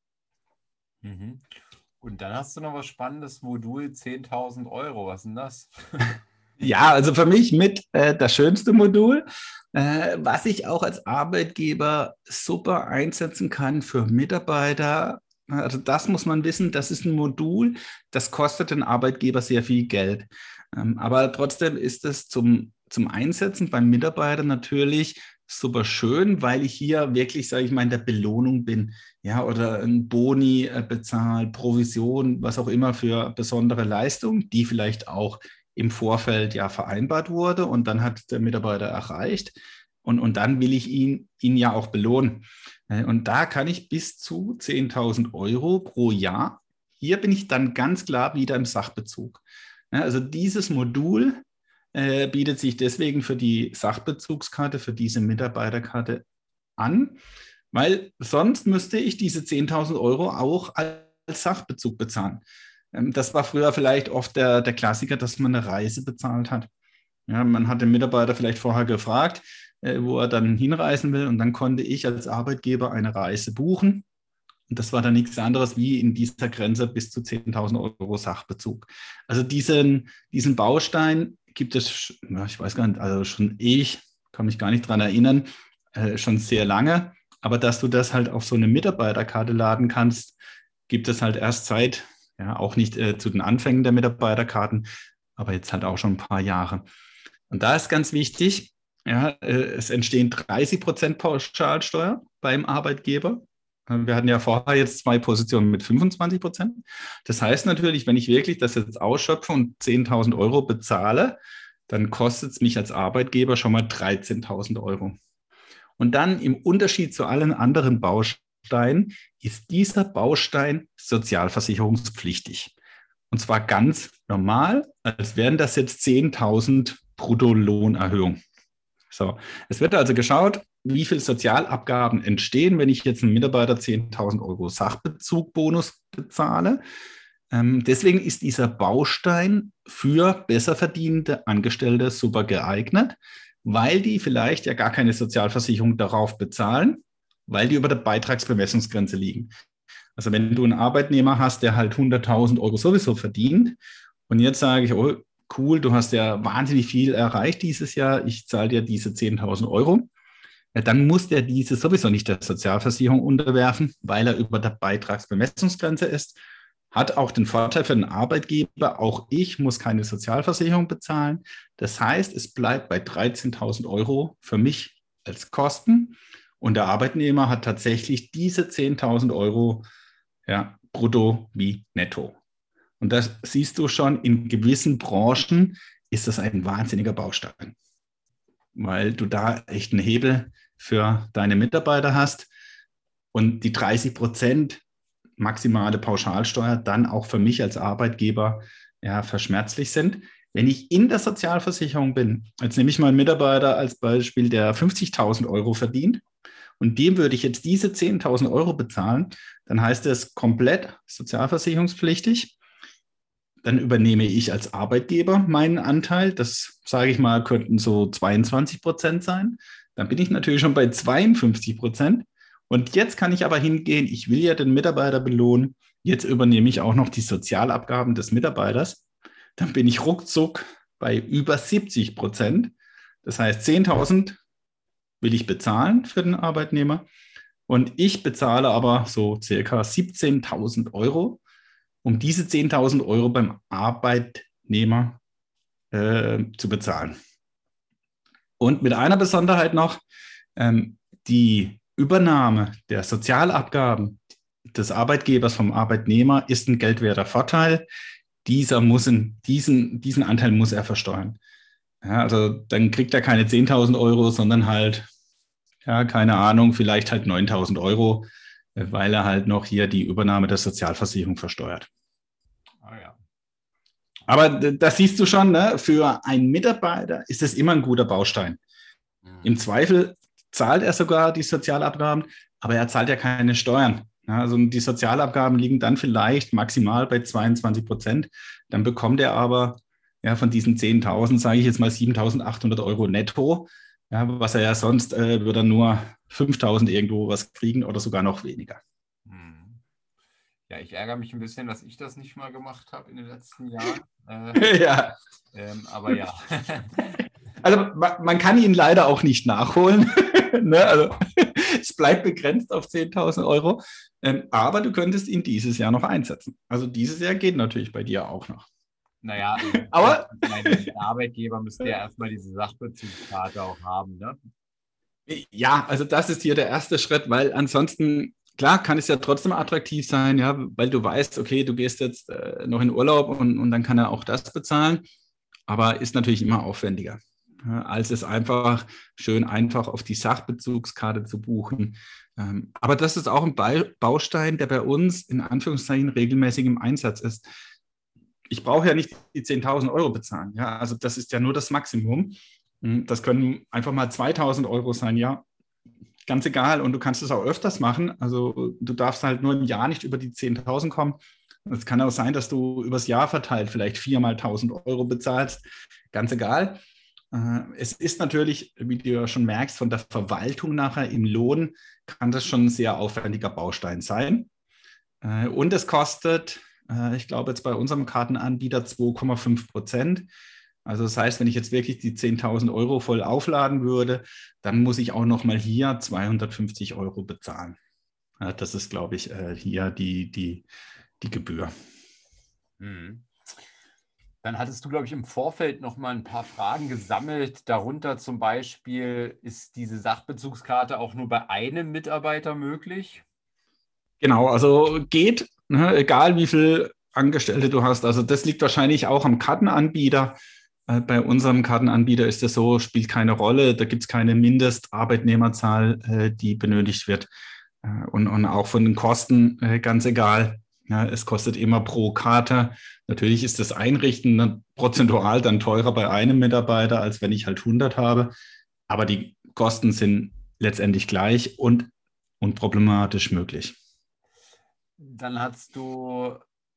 Mhm. Und dann hast du noch was Spannendes, Modul zehntausend Euro. Was ist denn das? Ja, also für mich mit äh, das schönste Modul, äh, was ich auch als Arbeitgeber super einsetzen kann für Mitarbeiter. Also das muss man wissen, das ist ein Modul, das kostet den Arbeitgeber sehr viel Geld. Ähm, aber trotzdem ist es zum, zum Einsetzen beim Mitarbeiter natürlich super schön, weil ich hier wirklich, sage ich mal, in der Belohnung bin, ja, oder ein Boni äh, bezahlt, Provision, was auch immer für besondere Leistung, die vielleicht auch im Vorfeld ja vereinbart wurde und dann hat der Mitarbeiter erreicht und, und dann will ich ihn, ihn ja auch belohnen. Und da kann ich bis zu zehntausend Euro pro Jahr, hier bin ich dann ganz klar wieder im Sachbezug. Also dieses Modul äh, bietet sich deswegen für die Sachbezugskarte, für diese Mitarbeiterkarte an, weil sonst müsste ich diese zehntausend Euro auch als Sachbezug bezahlen. Das war früher vielleicht oft der, der Klassiker, dass man eine Reise bezahlt hat. Ja, man hat den Mitarbeiter vielleicht vorher gefragt, äh, wo er dann hinreisen will und dann konnte ich als Arbeitgeber eine Reise buchen. Und das war dann nichts anderes wie in dieser Grenze bis zu zehntausend Euro Sachbezug. Also diesen, diesen Baustein gibt es, ja, ich weiß gar nicht, also schon ewig, kann mich gar nicht dran erinnern, äh, schon sehr lange. Aber dass du das halt auf so eine Mitarbeiterkarte laden kannst, gibt es halt erst seit Ja, auch nicht äh, zu den Anfängen der Mitarbeiterkarten, aber jetzt halt auch schon ein paar Jahre. Und da ist ganz wichtig, ja, äh, es entstehen dreißig Prozent Pauschalsteuer beim Arbeitgeber. Wir hatten ja vorher jetzt zwei Positionen mit fünfundzwanzig Prozent. Das heißt natürlich, wenn ich wirklich das jetzt ausschöpfe und zehntausend Euro bezahle, dann kostet es mich als Arbeitgeber schon mal dreizehntausend Euro. Und dann im Unterschied zu allen anderen Bausteinen ist dieser Baustein sozialversicherungspflichtig. Und zwar ganz normal, als wären das jetzt zehntausend Bruttolohnerhöhung. So, es wird also geschaut, wie viel Sozialabgaben entstehen, wenn ich jetzt einem Mitarbeiter zehntausend Euro Sachbezug-Bonus bezahle. Ähm, deswegen ist dieser Baustein für besser verdienende Angestellte super geeignet, weil die vielleicht ja gar keine Sozialversicherung darauf bezahlen, weil die über der Beitragsbemessungsgrenze liegen. Also wenn du einen Arbeitnehmer hast, der halt hunderttausend Euro sowieso verdient und jetzt sage ich, oh cool, du hast ja wahnsinnig viel erreicht dieses Jahr, ich zahle dir diese zehntausend Euro, ja, dann muss der diese sowieso nicht der Sozialversicherung unterwerfen, weil er über der Beitragsbemessungsgrenze ist. Hat auch den Vorteil für den Arbeitgeber, auch ich muss keine Sozialversicherung bezahlen. Das heißt, es bleibt bei dreizehntausend Euro für mich als Kosten und der Arbeitnehmer hat tatsächlich diese zehntausend Euro ja, brutto wie netto. Und das siehst du schon, in gewissen Branchen ist das ein wahnsinniger Baustein, weil du da echt einen Hebel für deine Mitarbeiter hast und die dreißig Prozent maximale Pauschalsteuer dann auch für mich als Arbeitgeber ja, verschmerzlich sind. Wenn ich in der Sozialversicherung bin, jetzt nehme ich mal einen Mitarbeiter als Beispiel, der fünfzigtausend Euro verdient und dem würde ich jetzt diese zehntausend Euro bezahlen, dann heißt es komplett sozialversicherungspflichtig. Dann übernehme ich als Arbeitgeber meinen Anteil. Das, sage ich mal, könnten so zweiundzwanzig Prozent sein. Dann bin ich natürlich schon bei zweiundfünfzig Prozent. Und jetzt kann ich aber hingehen, ich will ja den Mitarbeiter belohnen. Jetzt übernehme ich auch noch die Sozialabgaben des Mitarbeiters. Dann bin ich ruckzuck bei über siebzig Prozent. Das heißt, zehntausend will ich bezahlen für den Arbeitnehmer. Und ich bezahle aber so circa siebzehntausend Euro, um diese zehntausend Euro beim Arbeitnehmer äh, zu bezahlen. Und mit einer Besonderheit noch, ähm, die Übernahme der Sozialabgaben des Arbeitgebers vom Arbeitnehmer ist ein geldwerter Vorteil. Dieser muss in, diesen, diesen Anteil muss er versteuern. Ja, also dann kriegt er keine zehntausend Euro, sondern halt, ja, keine Ahnung, vielleicht halt neuntausend Euro, weil er halt noch hier die Übernahme der Sozialversicherung versteuert. Ah ja. Aber das siehst du schon, ne? Für einen Mitarbeiter ist es immer ein guter Baustein. Mhm. Im Zweifel zahlt er sogar die Sozialabgaben, aber er zahlt ja keine Steuern. Ja, also die Sozialabgaben liegen dann vielleicht maximal bei zweiundzwanzig Prozent. Dann bekommt er aber ja, von diesen zehntausend, sage ich jetzt mal siebentausendachthundert Euro netto, ja, was er ja sonst äh, würde er nur fünftausend irgendwo was kriegen oder sogar noch weniger. Ja, ich ärgere mich ein bisschen, dass ich das nicht mal gemacht habe in den letzten Jahren. Äh, ja. Ähm, aber ja. Also man, man kann ihn leider auch nicht nachholen. ne? Also, es bleibt begrenzt auf zehntausend Euro. Ähm, aber du könntest ihn dieses Jahr noch einsetzen. Also dieses Jahr geht natürlich bei dir auch noch. Naja, aber mein, der Arbeitgeber müsste ja erstmal diese Sachbezugskarte auch haben, ne? Ja, also das ist hier der erste Schritt, weil ansonsten, klar, kann es ja trotzdem attraktiv sein, ja, weil du weißt, okay, du gehst jetzt äh, noch in Urlaub und, und dann kann er auch das bezahlen, aber ist natürlich immer aufwendiger, ja, als es einfach schön einfach auf die Sachbezugskarte zu buchen. Ähm, aber das ist auch ein Ba- Baustein, der bei uns in Anführungszeichen regelmäßig im Einsatz ist. Ich brauche ja nicht die zehntausend Euro bezahlen, ja, also das ist ja nur das Maximum. Das können einfach mal zweitausend Euro sein, ja, ganz egal. Und du kannst es auch öfters machen. Also du darfst halt nur im Jahr nicht über die zehntausend kommen. Es kann auch sein, dass du übers Jahr verteilt vielleicht viermal tausend Euro bezahlst. Ganz egal. Es ist natürlich, wie du ja schon merkst, von der Verwaltung nachher im Lohn kann das schon ein sehr aufwendiger Baustein sein. Und es kostet, ich glaube jetzt bei unserem Kartenanbieter zwei Komma fünf Prozent. Also das heißt, wenn ich jetzt wirklich die zehntausend Euro voll aufladen würde, dann muss ich auch nochmal hier zweihundertfünfzig Euro bezahlen. Ja, das ist, glaube ich, hier die, die, die Gebühr. Mhm. Dann hattest du, glaube ich, im Vorfeld noch mal ein paar Fragen gesammelt. Darunter zum Beispiel, ist diese Sachbezugskarte auch nur bei einem Mitarbeiter möglich? Genau, also geht, ne, egal wie viele Angestellte du hast. Also das liegt wahrscheinlich auch am Kartenanbieter. Äh, Bei unserem Kartenanbieter ist es so, spielt keine Rolle. Da gibt es keine Mindestarbeitnehmerzahl, äh, die benötigt wird. Äh, Und, und auch von den Kosten äh, ganz egal. Ja, es kostet immer pro Karte. Natürlich ist das Einrichten dann prozentual dann teurer bei einem Mitarbeiter, als wenn ich halt hundert habe. Aber die Kosten sind letztendlich gleich und unproblematisch möglich. Dann hast du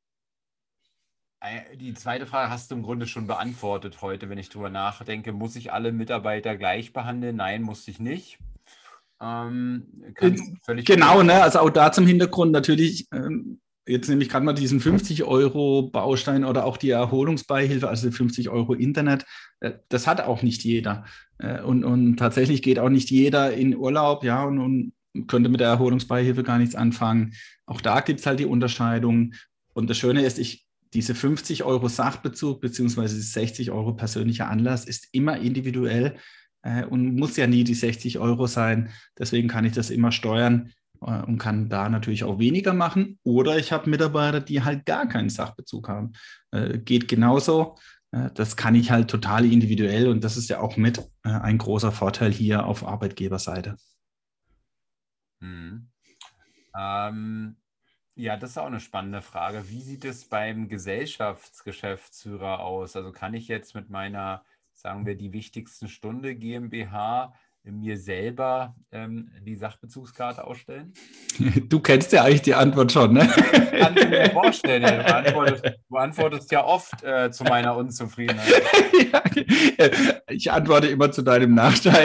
äh, die zweite Frage hast du im Grunde schon beantwortet heute, wenn ich drüber nachdenke. Muss ich alle Mitarbeiter gleich behandeln? Nein, muss ich nicht. Ähm, Äh, kannst völlig Genau, ne? Also auch da zum Hintergrund natürlich, ähm, jetzt nehme ich gerade mal diesen fünfzig Euro Baustein oder auch die Erholungsbeihilfe, also fünfzig Euro Internet, äh, das hat auch nicht jeder. Äh, und, und tatsächlich geht auch nicht jeder in Urlaub, ja, und, und könnte mit der Erholungsbeihilfe gar nichts anfangen. Auch da gibt es halt die Unterscheidung. Und das Schöne ist, ich, diese fünfzig Euro Sachbezug beziehungsweise sechzig Euro persönlicher Anlass ist immer individuell äh, und muss ja nie die sechzig Euro sein. Deswegen kann ich das immer steuern äh, und kann da natürlich auch weniger machen. Oder ich habe Mitarbeiter, die halt gar keinen Sachbezug haben. Äh, geht genauso. Äh, das kann ich halt total individuell und das ist ja auch mit äh, ein großer Vorteil hier auf Arbeitgeberseite. Mhm. Ähm, ja, das ist auch eine spannende Frage. Wie sieht es beim Gesellschaftsgeschäftsführer aus? Also kann ich jetzt mit meiner, sagen wir, die wichtigsten Stunde GmbH mir selber ähm, die Sachbezugskarte ausstellen? Du kennst ja eigentlich die Antwort schon, ne? Kann ich mir vorstellen, ja, du antwortest, du antwortest ja oft äh, zu meiner Unzufriedenheit. Ja, ich antworte immer zu deinem Nachteil.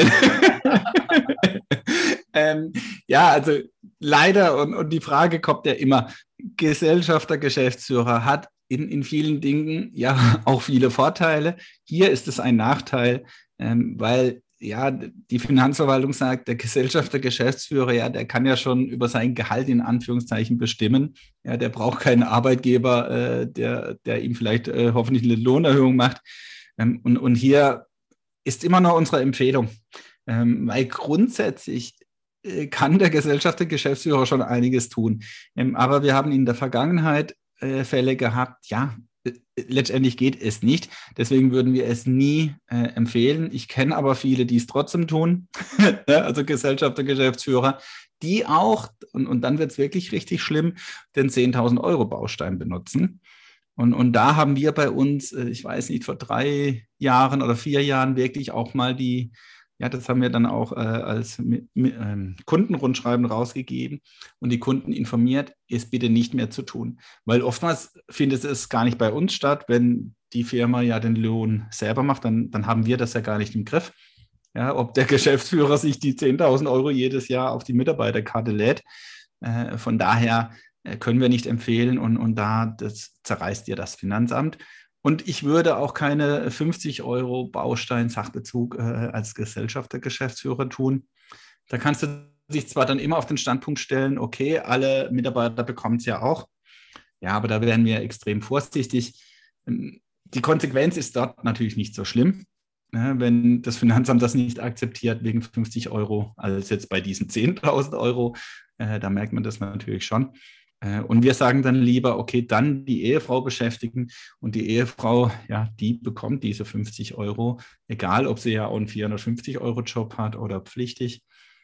ähm, ja, also leider, und, und die Frage kommt ja immer, Gesellschafter, Geschäftsführer hat in, in vielen Dingen ja auch viele Vorteile. Hier ist es ein Nachteil, ähm, weil ja die Finanzverwaltung sagt, der Gesellschafter, Geschäftsführer, ja, der kann ja schon über sein Gehalt in Anführungszeichen bestimmen. Ja, der braucht keinen Arbeitgeber, äh, der, der ihm vielleicht äh, hoffentlich eine Lohnerhöhung macht. Ähm, und, und hier ist immer noch unsere Empfehlung, ähm, weil grundsätzlich äh, kann der Gesellschafter, Geschäftsführer schon einiges tun. Ähm, aber wir haben in der Vergangenheit äh, Fälle gehabt, ja, äh, letztendlich geht es nicht. Deswegen würden wir es nie äh, empfehlen. Ich kenne aber viele, die es trotzdem tun, also Gesellschafter, Geschäftsführer, die auch, und, und dann wird es wirklich richtig schlimm, den zehntausend Euro Baustein benutzen. Und, und da haben wir bei uns, äh, ich weiß nicht, vor drei Jahren oder vier Jahren wirklich auch mal die, ja, das haben wir dann auch äh, als mi- mi- ähm, Kundenrundschreiben rausgegeben und die Kunden informiert, es bitte nicht mehr zu tun. Weil oftmals findet es gar nicht bei uns statt, wenn die Firma ja den Lohn selber macht, dann, dann haben wir das ja gar nicht im Griff. Ja, ob der Geschäftsführer sich die zehntausend Euro jedes Jahr auf die Mitarbeiterkarte lädt. Äh, von daher äh, können wir nicht empfehlen und, und da das zerreißt dir das Finanzamt. Und ich würde auch keine fünfzig Euro Baustein Sachbezug äh, als Gesellschafter, Geschäftsführer tun. Da kannst du dich zwar dann immer auf den Standpunkt stellen, okay, alle Mitarbeiter bekommen es ja auch. Ja, aber da wären wir extrem vorsichtig. Ähm, Die Konsequenz ist dort natürlich nicht so schlimm, ne, wenn das Finanzamt das nicht akzeptiert wegen fünfzig Euro, als jetzt bei diesen zehntausend Euro. Äh, da merkt man das natürlich schon. Äh, und wir sagen dann lieber, okay, dann die Ehefrau beschäftigen und die Ehefrau, ja, die bekommt diese fünfzig Euro, egal ob sie ja auch einen vierhundertfünfzig Euro Job hat oder pflichtig.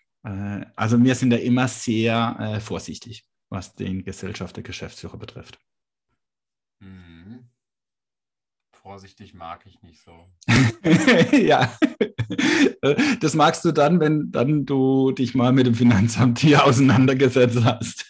Äh, also wir sind da immer sehr äh, vorsichtig, was den Gesellschafter, Geschäftsführer betrifft. Mhm. Vorsichtig mag ich nicht so. Ja, das magst du dann, wenn dann du dich mal mit dem Finanzamt hier auseinandergesetzt hast.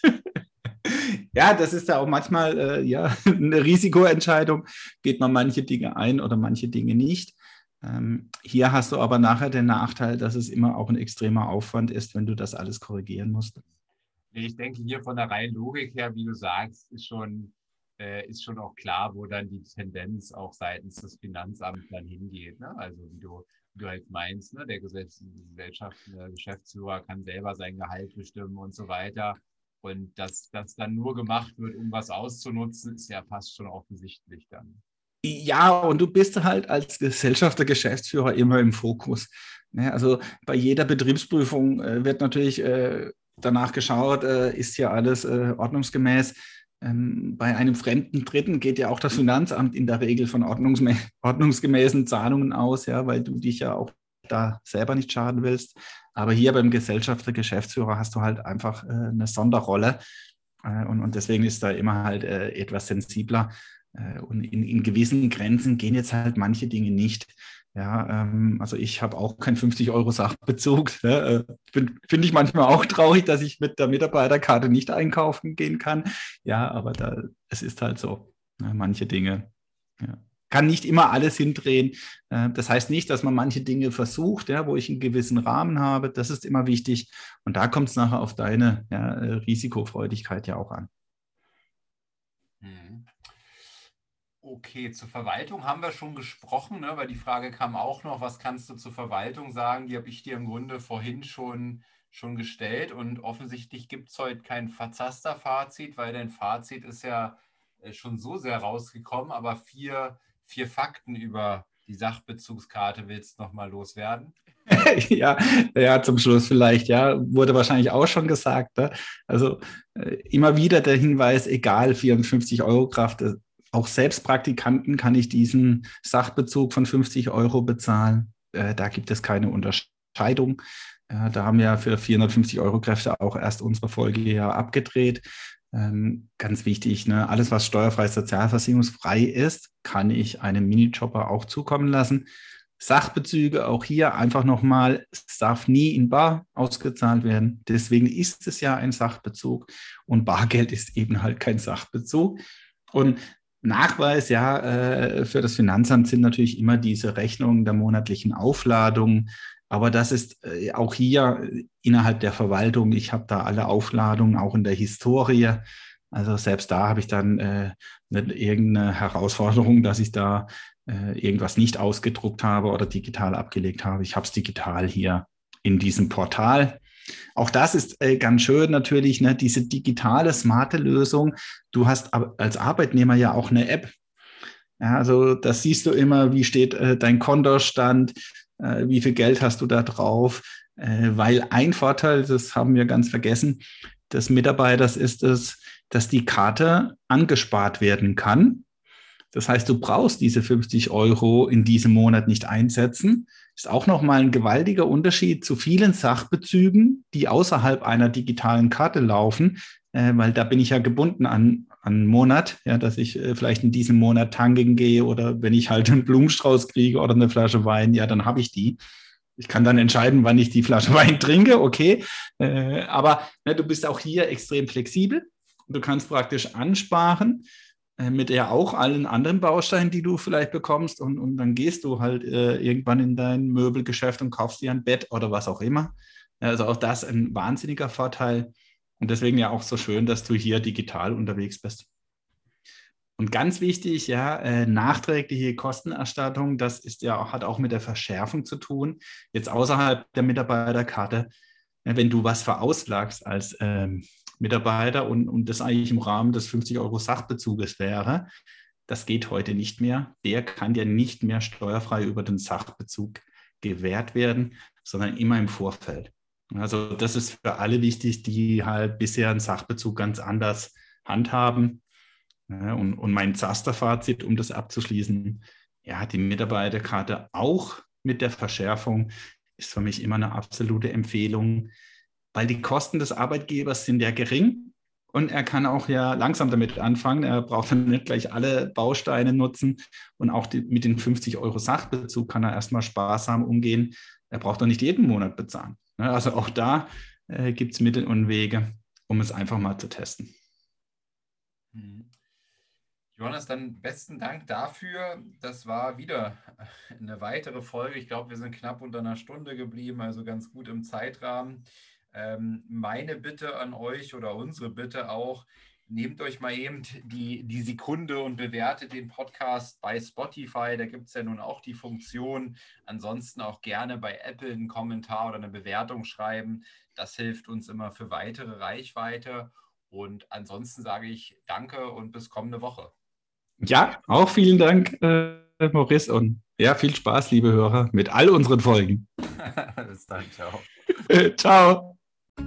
Ja, das ist ja auch manchmal äh, ja, eine Risikoentscheidung. Geht man manche Dinge ein oder manche Dinge nicht? Ähm, hier hast du aber nachher den Nachteil, dass es immer auch ein extremer Aufwand ist, wenn du das alles korrigieren musst. Nee, ich denke hier von der reinen Logik her, wie du sagst, ist schon, äh, ist schon auch klar, wo dann die Tendenz auch seitens des Finanzamts dann hingeht. Ne? Also wie du, wie du halt meinst, ne? Der Gesellschaft, der Geschäftsführer kann selber sein Gehalt bestimmen und so weiter. Und dass das dann nur gemacht wird, um was auszunutzen, ist ja fast schon offensichtlich dann. Ja, und du bist halt als Gesellschafter, Geschäftsführer immer im Fokus. Ne? Also bei jeder Betriebsprüfung äh, wird natürlich äh, danach geschaut, äh, ist hier alles äh, ordnungsgemäß. Ähm, bei einem fremden Dritten geht ja auch das Finanzamt in der Regel von ordnungsmä ordnungsgemäßen Zahlungen aus, ja, weil du dich ja auch da selber nicht schaden willst. Aber hier beim Gesellschafter, Geschäftsführer hast du halt einfach äh, eine Sonderrolle. Äh, und, und deswegen ist da immer halt äh, etwas sensibler. Und in, in gewissen Grenzen gehen jetzt halt manche Dinge nicht. Ja, ähm, also ich habe auch keinen fünfzig Euro Sachbezug. Ne? Finde ich manchmal auch traurig, dass ich mit der Mitarbeiterkarte nicht einkaufen gehen kann. Ja, aber da, es ist halt so. Ne? Manche Dinge. Ja. Kann nicht immer alles hindrehen. Äh, das heißt nicht, dass man manche Dinge versucht, ja, wo ich einen gewissen Rahmen habe. Das ist immer wichtig. Und da kommt es nachher auf deine ja, Risikofreudigkeit ja auch an. Mhm. Okay, zur Verwaltung haben wir schon gesprochen, ne? Weil die Frage kam auch noch, was kannst du zur Verwaltung sagen? Die habe ich dir im Grunde vorhin schon, schon gestellt und offensichtlich gibt es heute kein Zaster-Fazit, weil dein Fazit ist ja schon so sehr rausgekommen, aber vier, vier Fakten über die Sachbezugskarte willst du nochmal loswerden? Ja, ja, zum Schluss vielleicht, ja, wurde wahrscheinlich auch schon gesagt. Ne? Also äh, immer wieder der Hinweis, egal, vierundfünfzig Euro Kraft, äh, auch selbst Praktikanten kann ich diesen Sachbezug von fünfzig Euro bezahlen. Äh, da gibt es keine Unterscheidung. Äh, da haben wir für vierhundertfünfzig Euro Kräfte auch erst unsere Folge ja abgedreht. Ähm, ganz wichtig, ne? Alles, was steuerfrei, sozialversicherungsfrei ist, kann ich einem Minijobber auch zukommen lassen. Sachbezüge auch hier einfach nochmal, es darf nie in Bar ausgezahlt werden. Deswegen ist es ja ein Sachbezug und Bargeld ist eben halt kein Sachbezug. Und Nachweis, ja, äh, für das Finanzamt sind natürlich immer diese Rechnungen der monatlichen Aufladung. Aber das ist äh, auch hier innerhalb der Verwaltung. Ich habe da alle Aufladungen, auch in der Historie. Also selbst da habe ich dann äh, nicht irgendeine Herausforderung, dass ich da äh, irgendwas nicht ausgedruckt habe oder digital abgelegt habe. Ich habe es digital hier in diesem Portal. Auch das ist äh, ganz schön natürlich, ne, diese digitale, smarte Lösung. Du hast als Arbeitnehmer ja auch eine App. Ja, also das siehst du immer, wie steht äh, dein Kontostand, äh, wie viel Geld hast du da drauf. Äh, weil ein Vorteil, das haben wir ganz vergessen, des Mitarbeiters ist es, dass die Karte angespart werden kann. Das heißt, du brauchst diese fünfzig Euro in diesem Monat nicht einsetzen. Ist auch nochmal ein gewaltiger Unterschied zu vielen Sachbezügen, die außerhalb einer digitalen Karte laufen, äh, weil da bin ich ja gebunden an, an einen Monat, ja, dass ich äh, vielleicht in diesem Monat tanken gehe oder wenn ich halt einen Blumenstrauß kriege oder eine Flasche Wein, ja, dann habe ich die. Ich kann dann entscheiden, wann ich die Flasche Wein trinke, okay. Äh, aber ne, du bist auch hier extrem flexibel. Du kannst praktisch ansparen mit ja auch allen anderen Bausteinen, die du vielleicht bekommst und, und dann gehst du halt äh, irgendwann in dein Möbelgeschäft und kaufst dir ein Bett oder was auch immer. Also auch das ein wahnsinniger Vorteil und deswegen ja auch so schön, dass du hier digital unterwegs bist. Und ganz wichtig, ja, äh, nachträgliche Kostenerstattung, das ist ja, hat auch mit der Verschärfung zu tun. Jetzt außerhalb der Mitarbeiterkarte, ja, wenn du was verauslagst als ähm, Mitarbeiter und, und das eigentlich im Rahmen des fünfzig Euro Sachbezuges wäre, das geht heute nicht mehr. Der kann dir nicht mehr steuerfrei über den Sachbezug gewährt werden, sondern immer im Vorfeld. Also das ist für alle wichtig, die halt bisher einen Sachbezug ganz anders handhaben. Ja, und, und mein Zaster-Fazit, um das abzuschließen, ja, die Mitarbeiterkarte auch mit der Verschärfung ist für mich immer eine absolute Empfehlung, weil die Kosten des Arbeitgebers sind ja gering und er kann auch ja langsam damit anfangen. Er braucht dann nicht gleich alle Bausteine nutzen und auch die, mit den fünfzig Euro Sachbezug kann er erstmal sparsam umgehen. Er braucht doch nicht jeden Monat bezahlen. Also auch da äh, gibt es Mittel und Wege, um es einfach mal zu testen. Mhm. Johannes, dann besten Dank dafür. Das war wieder eine weitere Folge. Ich glaube, wir sind knapp unter einer Stunde geblieben, also ganz gut im Zeitrahmen. Ähm, meine Bitte an euch oder unsere Bitte auch, nehmt euch mal eben die, die Sekunde und bewertet den Podcast bei Spotify. Da gibt es ja nun auch die Funktion. Ansonsten auch gerne bei Apple einen Kommentar oder eine Bewertung schreiben. Das hilft uns immer für weitere Reichweite. Und ansonsten sage ich danke und bis kommende Woche. Ja, auch vielen Dank, äh, Maurice. Und ja, viel Spaß, liebe Hörer, mit all unseren Folgen. Bis dann, ciao. Ciao.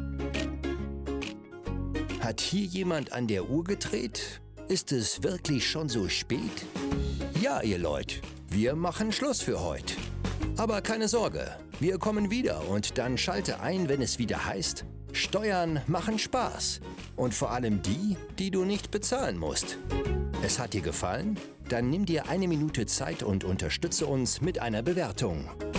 Hat hier jemand an der Uhr gedreht? Ist es wirklich schon so spät? Ja, ihr Leute, wir machen Schluss für heute. Aber keine Sorge, wir kommen wieder und dann schalte ein, wenn es wieder heißt, Steuern machen Spaß. Und vor allem die, die du nicht bezahlen musst. Es hat dir gefallen? Dann nimm dir eine Minute Zeit und unterstütze uns mit einer Bewertung.